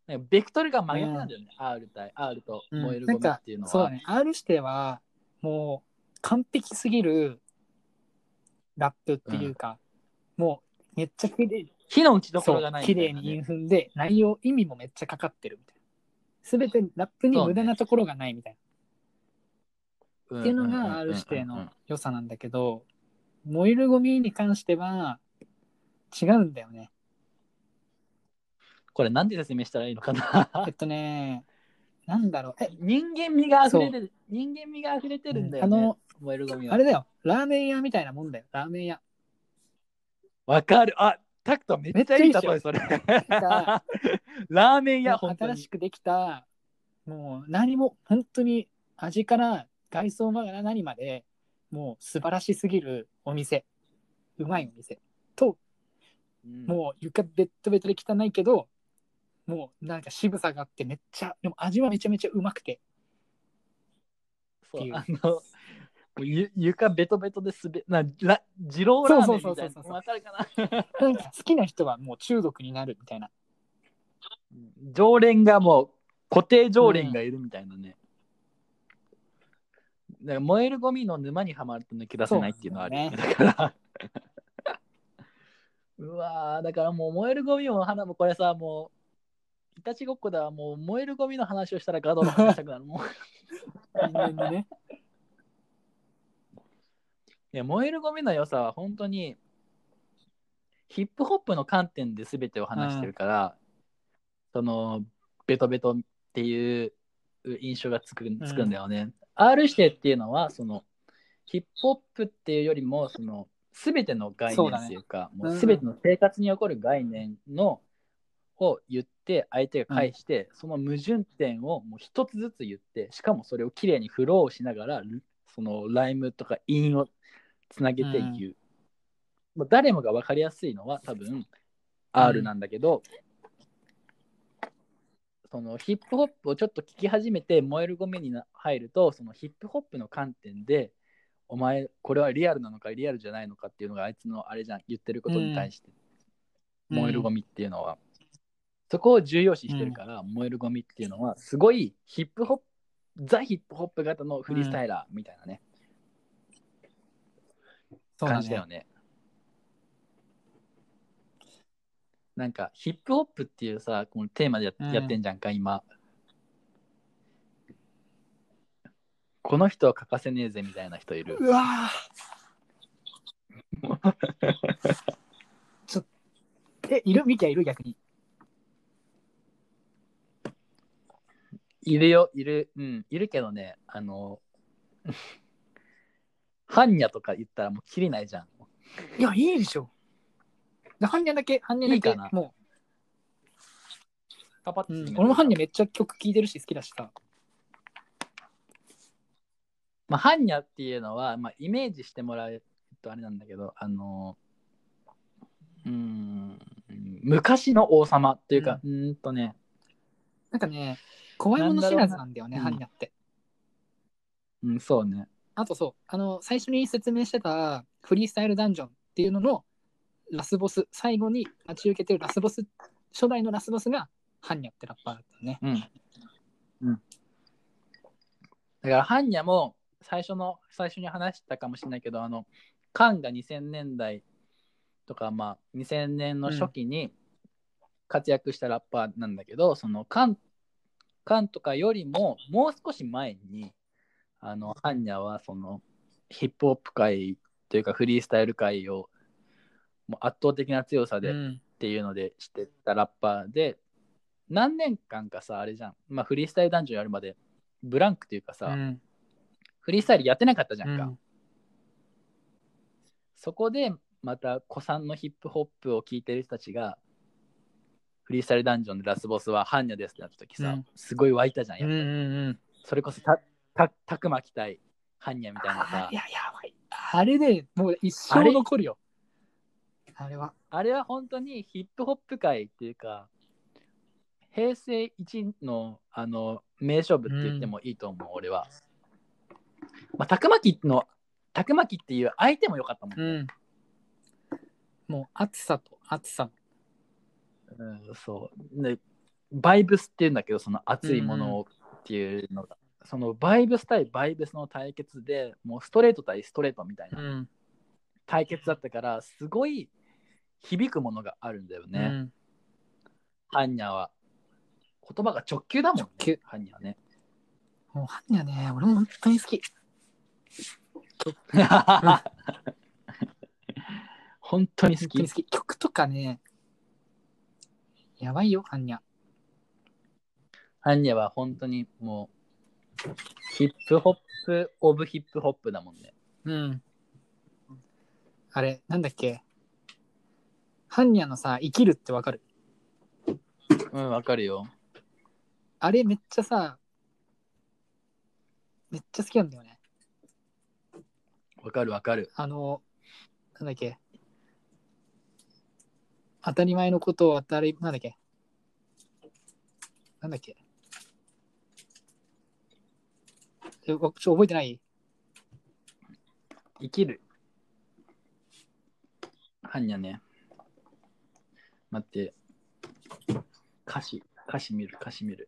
なんかベクトルが真逆なんだよね、R と燃えるゴミっていうのは。 そうだね、R 指定はもう完璧すぎるラップっていうか、もうめっちゃ綺麗、 火の打ちどころがないみたいな、 綺麗に韻踏んで、内容意味もめっちゃかかってるみたいな。すべてラップに無駄なところがないみたいな、っていうのが R 指定の良さなんだけど、燃えるゴミに関しては違うんだよね。 これなんで説明したらいいのかななんだろう、 人間味が溢れてる、人間味が溢れてるんだよね、燃えるゴミは。 あれだよ、ラーメン屋みたいなもんだよ、ラーメン屋。 わかる。あ、タクトめっちゃいい例えそれ。ラーメン屋、 新しくできた、もう何も本当に味から外装が何までもう素晴らしすぎるお店、うまいお店と、もう床ベッドベトで汚いけど、もうなんか渋さがあってめっちゃ、でも味はめちゃめちゃうまくてそうっていう。 床ベトベトで二郎ラーメンみたいな。わかるかな。 なんか好きな人はもう中毒になるみたいな。 常連がもう固定常連がいるみたいなね。だから燃えるゴミの沼にはまると抜け出せないっていうのはあるよね。だからうわー、だからもう燃えるゴミも花もこれさ、もういたちごっこではもう燃えるゴミの話をしたらガドの話したくなるもん。 人間にね。 いや、燃えるゴミの良さは本当にヒップホップの観点で全てを話してるから、そのベトベトっていう印象がつくんだよね。R 指定っていうのはそのヒップホップっていうよりもその全ての概念っていうか、もう全ての生活に起こる概念のを言って相手が返して、その矛盾点をもう一つずつ言って、しかもそれをきれいにフローしながらそのライムとか韻をつなげて言う。もう誰もが分かりやすいのは多分 R なんだけど、そのヒップホップをちょっと聞き始めて燃えるゴミに入ると、そのヒップホップの観点でお前これはリアルなのかリアルじゃないのかっていうのがあいつのあれじゃん、言ってることに対して、燃えるゴミっていうのはそこを重要視してるから、燃えるゴミっていうのはすごいヒップホップザ・ヒップホップ型のフリースタイラーみたいなね、感じだよね。なんかヒップホップっていうさ、このテーマでやってんじゃんか、今。この人は欠かせねえぜみたいな人いる。 うわちょっといる？ミキはいる？逆に。 いるよ、いるけどね、ハンニャとか言ったらもう切りないじゃん。 いや、いいでしょ。ハンニャだけいいかな。 もう、俺もハンニャめっちゃ曲聴いてるし好きだしさ。 まあ、ハンニャっていうのは、まあ、イメージしてもらうとあれなんだけど、昔の王様っていうか、 なんかね、怖いもの知らずなんだよね、ハンニャって。 そうね。 あとそう、最初に説明してたフリースタイルダンジョンっていうののラスボス、最後に待ち受けてるラスボス、初代のラスボスがハンニャってラッパーだったよね。 だからハンニャも最初に話したかもしれないけど、カンが2000年代とか、まあ、2000年の初期に活躍したラッパーなんだけど、そのカンとかよりももう少し前にハンニャはそのヒップホップ界というかフリースタイル界をもう圧倒的な強さでっていうので知ってたラッパーで、何年間かさあれじゃん、まあ、フリースタイルダンジョンやるまでブランクというかさ、フリースタイルやってなかったじゃんか、そこでまた古参のヒップホップを聴いてる人たちがフリースタイルダンジョンでラスボスはハンニャですってなった時さ、すごい湧いたじゃん、やっぱり。それこそたくまきたいハンニャみたいなさ。 いや、やばい。あれでもう一生残るよ。あれは本当にヒップホップ界っていうか、平成一の名勝負って言ってもいいと思う、俺は。まあ、たくまきっていう相手も良かったもんね。 もう熱さと熱さ。 そうでバイブスっていうんだけど、その熱いものっていうのが、そのバイブス対バイブスの対決でもうストレート対ストレートみたいな対決だったから、すごい響くものがあるんだよね、ハンニャは。言葉が直球だもんね、ハンニャはね。 もうハンニャね、俺も本当に好き。 本当に好き。 曲とかね、やばいよ、ハンニャ。 ハンニャは本当にもうヒップホップオブヒップホップだもんね。 あれ、なんだっけ、ハンニャのさ、生きるってわかる？ わかるよ。 あれめっちゃ好きなんだよね。 わかるわかる。 なんだっけ、当たり前のことをなんだっけ、覚えてない？ 生きる。はんにゃね。待って。歌詞見る。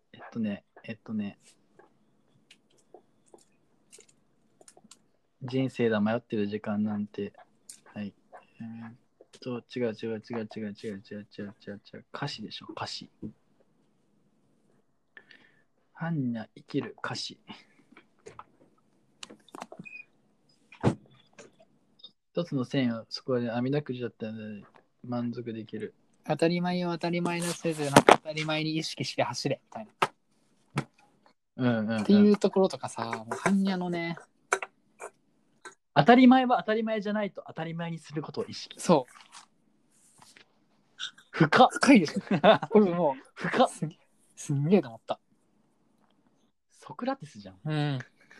人生だ、迷ってる時間なんて。はい。違う。歌詞でしょ、歌詞。はんにゃ生きる歌詞。一つの線をそこで網だくじだったら満足できる。 当たり前を当たり前のせず、当たり前に意識して走れみたいな。っていうところとかさ、もう般若のね。 当たり前は当たり前じゃないと当たり前にすることを意識。 そう。深いでしょ。これもう深っ。すんげえと思った。 ソクラテスじゃん。 うん。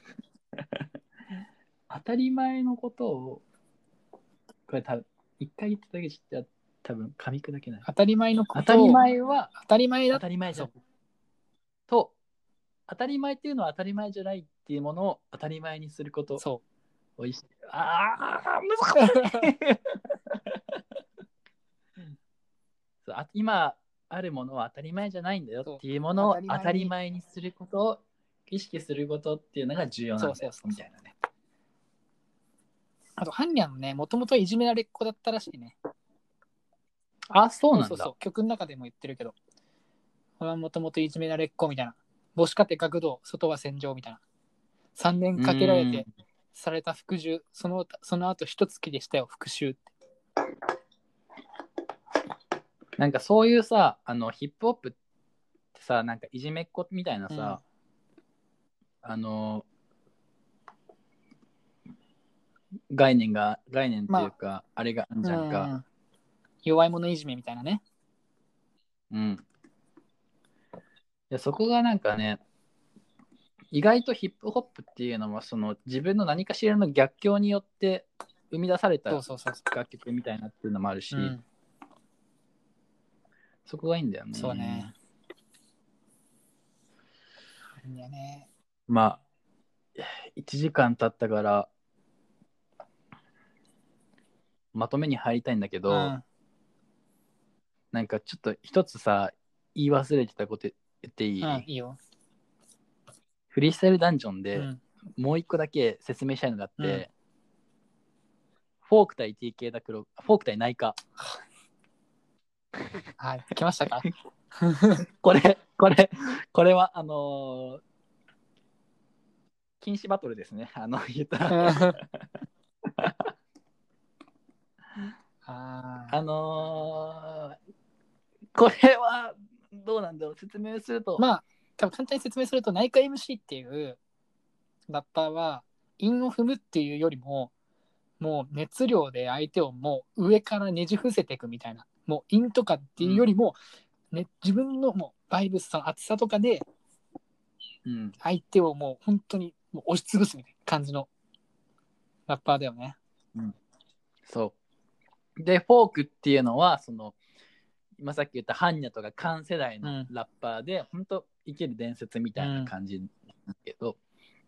当たり前のことを、これ多分一回言っただけじゃ多分噛み砕けない。 当たり前のことを、 当たり前は当たり前だ。 当たり前じゃん。と、当たり前っていうのは当たり前じゃないっていうものを当たり前にすることを意識。難しい。そう今あるものは当たり前じゃないんだよっていうものを当たり前にすることを意識することっていうのが重要なんだよみたいなね。 あとハンニャンのね、もともといじめられっ子だったらしいね。 あ、そうなんだ。そう曲の中でも言ってるけど、これはもともといじめられっ子みたいな。母子家庭学童、外は戦場みたいな。3年かけられてされた服従、その後一月でしたよ、復讐って。 なんかそういうさ、ヒップホップってさ、なんかいじめっ子みたいなさ、概念っていうか、あれがあるじゃんか。 弱い者いじめみたいなね。 うん。そこがなんかね、意外とヒップホップっていうのはその自分の何かしらの逆境によって生み出された楽曲みたいなっていうのもあるし、そこがいいんだよね。 そうね。いやね。 まあ1時間経ったからまとめに入りたいんだけど、なんかちょっと一つさ言い忘れてたこと言っていい？ いいよ。 フリースタイルダンジョンで、もう一個だけ説明したいのがあって、フォーク対 TK だ黒、フォーク対ナイカ。 はい、来ましたか？ これは禁止バトルですね。言ったらこれはどうなんだろう、説明すると、 まあ多分簡単に説明すると、ナイカ MC っていうラッパーは韻を踏むっていうよりも、もう熱量で相手をもう上からねじ伏せていくみたいな、もう韻とかっていうよりも、ね、自分のもうバイブスの厚さとかで相手をもう本当にもう押しつぶすみたいな感じのラッパーだよね。 そうで、フォークっていうのはその今さっき言ったハンニャとかカン世代のラッパーで、本当生きる伝説みたいな感じだけど、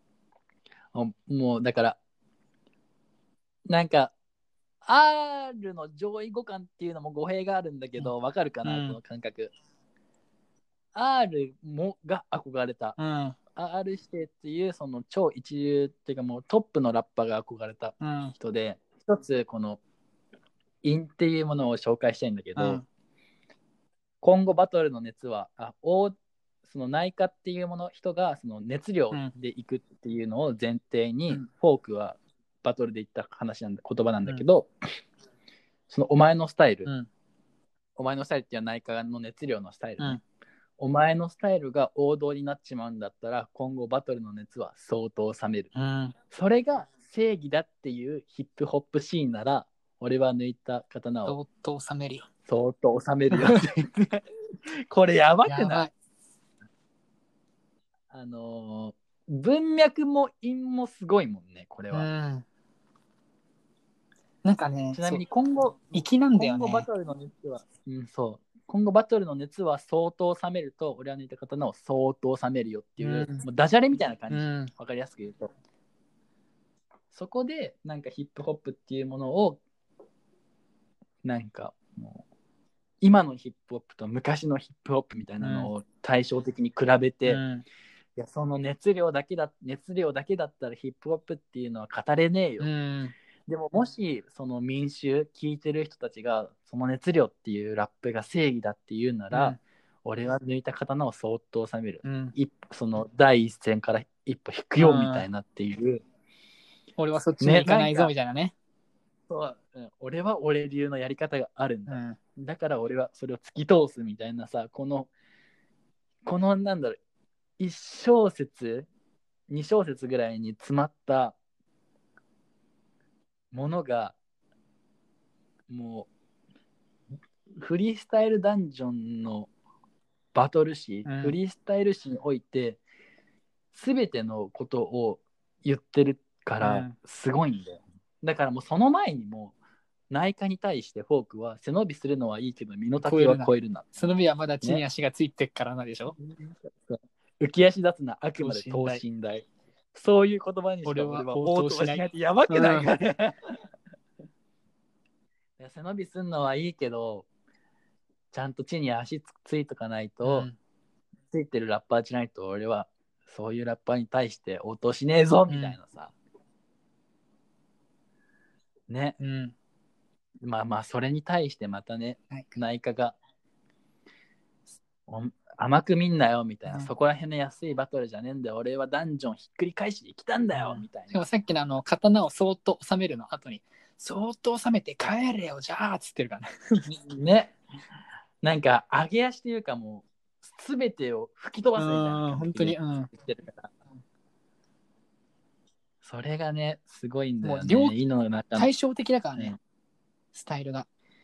もうだからなんか R の上位互換っていうのも語弊があるんだけど、わかるかな、この感覚。R が憧れた、R 指定っていうその超一流っていうかもうトップのラッパーが憧れた人で、一つこのインっていうものを紹介したいんだけど、今後バトルの熱はその内科っていう人がその熱量でいくっていうのを前提に、フォークはバトルで言った言葉なんだけど、そのお前のスタイル、お前のスタイルっていうのは内科の熱量のスタイルね、お前のスタイルが王道になっちまうんだったら今後バトルの熱は相当冷める、それが正義だっていうヒップホップシーンなら俺は抜いた刀を相当冷めるよって言ってこれやばくない？文脈も韻もすごいもんね、これは。 なんかね、 ちなみに今後、 粋なんだよね。 今後バトルの熱は、そう。今後バトルの熱は相当冷めると、俺は抜いた刀を相当冷めるよっていう、もうダジャレみたいな感じ。わかりやすく言うと。そこで、なんかヒップホップっていうものを、なんかもう、今のヒップホップと昔のヒップホップみたいなのを対照的に比べて、いやその熱量だけだったらヒップホップっていうのは語れねえよ。でももしその民衆聞いてる人たちがその熱量っていうラップが正義だっていうなら、俺は抜いた刀を相当冷める、その第一線から一歩引くよみたいなっていう、 俺はそっちに行かないぞみたいなね。 そう、俺は俺流のやり方があるんだ、だから俺はそれを突き通すみたいなさ、このなんだろう、1小節2小節ぐらいに詰まったものがもうフリースタイルダンジョンのバトル誌、フリースタイル誌において全てのことを言ってるからすごいんだよ、だからもうその前にも内科に対してフォークは背伸びするのはいいけど身の丈は超えるな、 背伸びはまだ地に足がついてっからなでしょ、 浮き足立つなあくまで等身大、そういう言葉にして俺は応答しないってやばくないかね、背伸びすんのはいいけどちゃんと地に足ついとかないと、ついてるラッパーじゃないと俺はそういうラッパーに対して応答しねえぞみたいなさ、ね、まあそれに対してまたね、内科が甘く見んなよみたいな、そこら辺の安いバトルじゃねえんだよ、俺はダンジョンひっくり返しに来たんだよ、みたいな。 でもさっきの刀をそーっと収めるの後にそーっと収めて帰れよじゃあっつってるからね、なんか上げ足というかもう全てを吹き飛ばすみたいな本当に言ってるから、それがねすごいんだよね。 もう対照的だからね、スタイルが。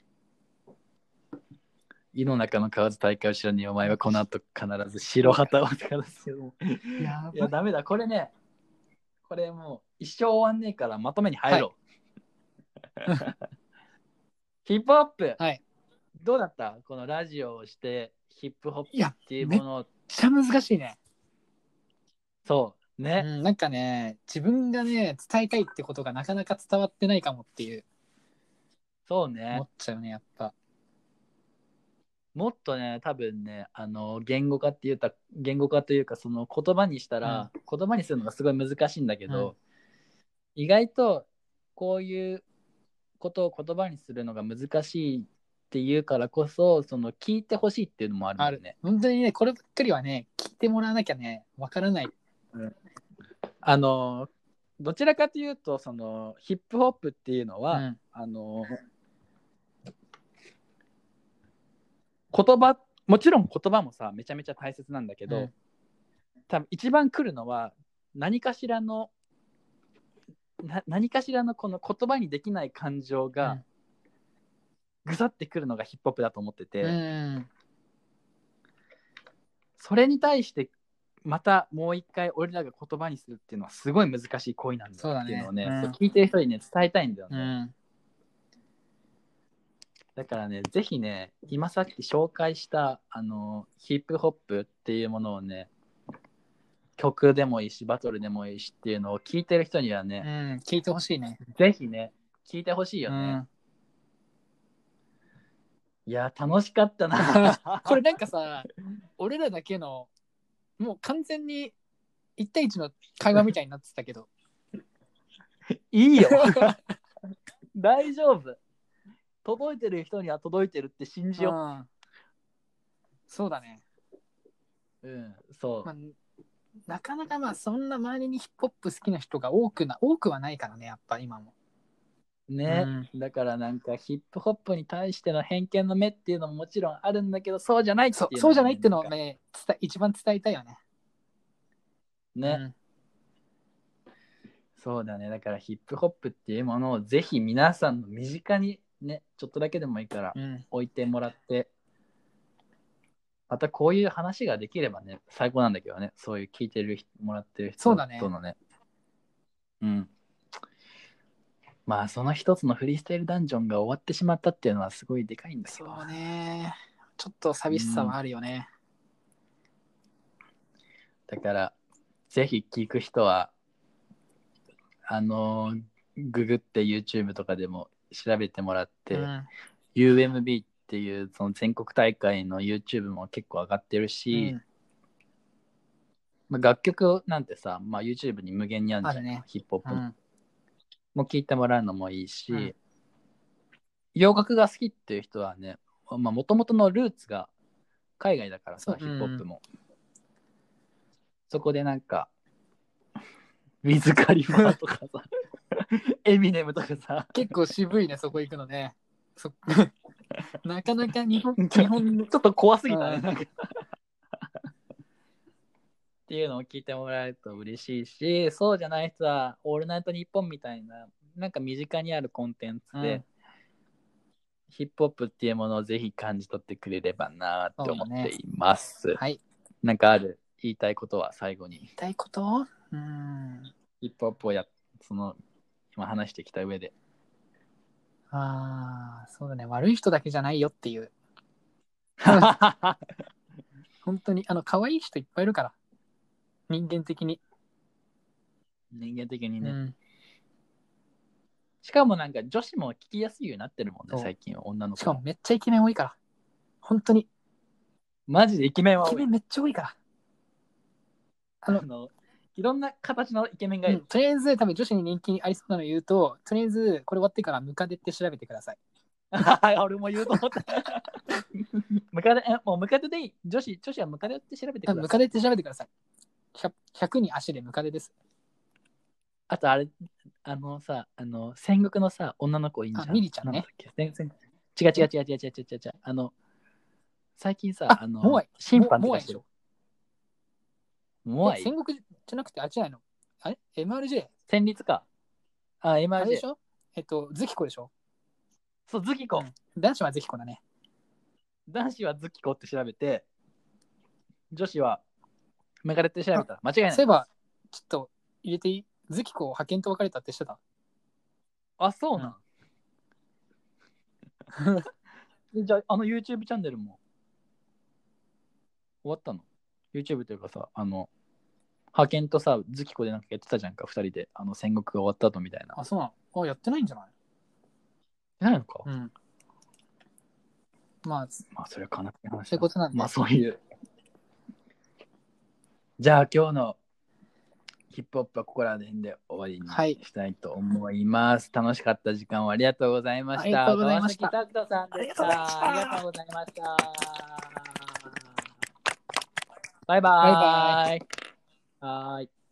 井の中の蛙大会を知らにお前はこの後必ず白旗をって形すよ。いやダメだこれね、これもう一生終わんねえからまとめに入ろう、ヒップホップ、どうだったこのラジオをしてヒップホップっていうものを。 めっちゃ難しいね。 そうね、 なんかね自分がね伝えたいってことがなかなか伝わってないかもっていう、 そうね思っちゃうねやっぱ。 もっとね多分ね言語化というかその言葉にしたら、言葉にするのがすごい難しいんだけど、意外とこういうことを言葉にするのが難しいっていうからこそその聞いてほしいっていうのもあるんだよね。 本当にねこればっかりはね聞いてもらわなきゃねわからない、 どちらかというとそのヒップホップっていうのは、言葉もちろん言葉もさめちゃめちゃ大切なんだけど、多分一番来るのは何かしらのこの言葉にできない感情がぐさってくるのがヒップホップだと思ってて、それに対してまたもう一回俺らが言葉にするっていうのはすごい難しい行為なんだっていうのをね、聞いてる人にね伝えたいんだよね、だからねぜひね今さっき紹介したヒップホップっていうものをね曲でもいいしバトルでもいいしっていうのを聞いてる人にはね、 聞いてほしいね。 ぜひね聞いてほしいよね、いや楽しかったなこれなんかさ俺らだけのもう完全に1対1の会話みたいになってたけどいいよ大丈夫、届いてる人には届いてるって信じよう、 そうだね、 そう、 なかなかそんな周りにヒップホップ好きな人が多くはないからねやっぱ今もね、だからなんかヒップホップに対しての偏見の目っていうのももちろんあるんだけどそうじゃないっていうの、 そうじゃないっていうのをね一番伝えたいよね。 そうだね、だからヒップホップっていうものをぜひ皆さんの身近にねちょっとだけでもいいから置いてもらって、またこういう話ができればね最高なんだけどね、そういう聞いてもらってる人とのね。 まあその一つのフリースタイルダンジョンが終わってしまったっていうのはすごいでかいんですよ。 そうね。ちょっと寂しさはあるよね。 だからぜひ聞く人はググって YouTube とかでも調べてもらって、UMB っていうその全国大会の YouTube も結構上がってるし、まあ、楽曲なんてさ、まあ、YouTube に無限にあるじゃん、ヒップホップも聴いてもらうのもいいし、洋楽が好きっていう人はね、もともとのルーツが海外だからさ、ヒップホップも。そこでなんか、ウィズ・カリファーとかさ、エミネムとかさ。 結構渋いね、そこ行くのね。なかなか日本ちょっと怖すぎたね。っていうのを聞いてもらえると嬉しいし、そうじゃない人は、オールナイトニッポンみたいな、なんか身近にあるコンテンツで、ヒップホップっていうものをぜひ感じ取ってくれればなって思っています。 はい。 なんかある言いたいことは最後に。 言いたいこと？ ヒップホップを今話してきた上で。 そうだね。悪い人だけじゃないよっていう。本当に可愛い人いっぱいいるから。人間的にね。しかもなんか女子も聞きやすいようになってるもんね、最近は女の子。 しかもめっちゃイケメン多いから。本当に。 マジでイケメンは多い。 イケメンめっちゃ多いから。 いろんな形のイケメンがいる。 とりあえず多分女子に人気ありそうなの言うと、とりあえずこれ終わってからムカデって調べてください。 俺も言うと思った。ムカデでいい。女子はムカデって調べてください。 ムカデって調べてください。100に足でムカデです。 あとあれ、戦国のさ、女の子いいんじゃん。 ミリちゃんね。 違う。最近さ、審判とかしてる。 モアイ戦国じゃなくて、あっちじゃないの？あれ ?MRJ？ 戦慄か。MRJ。 あれでしょ？ズキコでしょ？ そう、ズキコ。 男子はズキコだね。 男子はズキコって調べて、女子はムカデって調べたら間違いない。 そういえば、ちょっと入れていい？ズキコ派遣と別れたってしてた？ あ、そうなん。じゃあ、YouTube チャンネルも終わったの？ YouTube というかさ、派遣とさ、ズキコでなんかやってたじゃんか、2人で、戦国が終わった後みたいな。 あ、そうなの？やってないんじゃない？ やってないのか。 まあ、 それは悲しい話だ。 そういうことなんで。 そういう。じゃあ、今日のヒップホップはここら辺で終わりにしたいと思います。楽しかった時間をありがとうございました。 ありがとうございました。 川崎拓人さんでした。ありがとうございました。バイバイ。 バイバイ。 はい。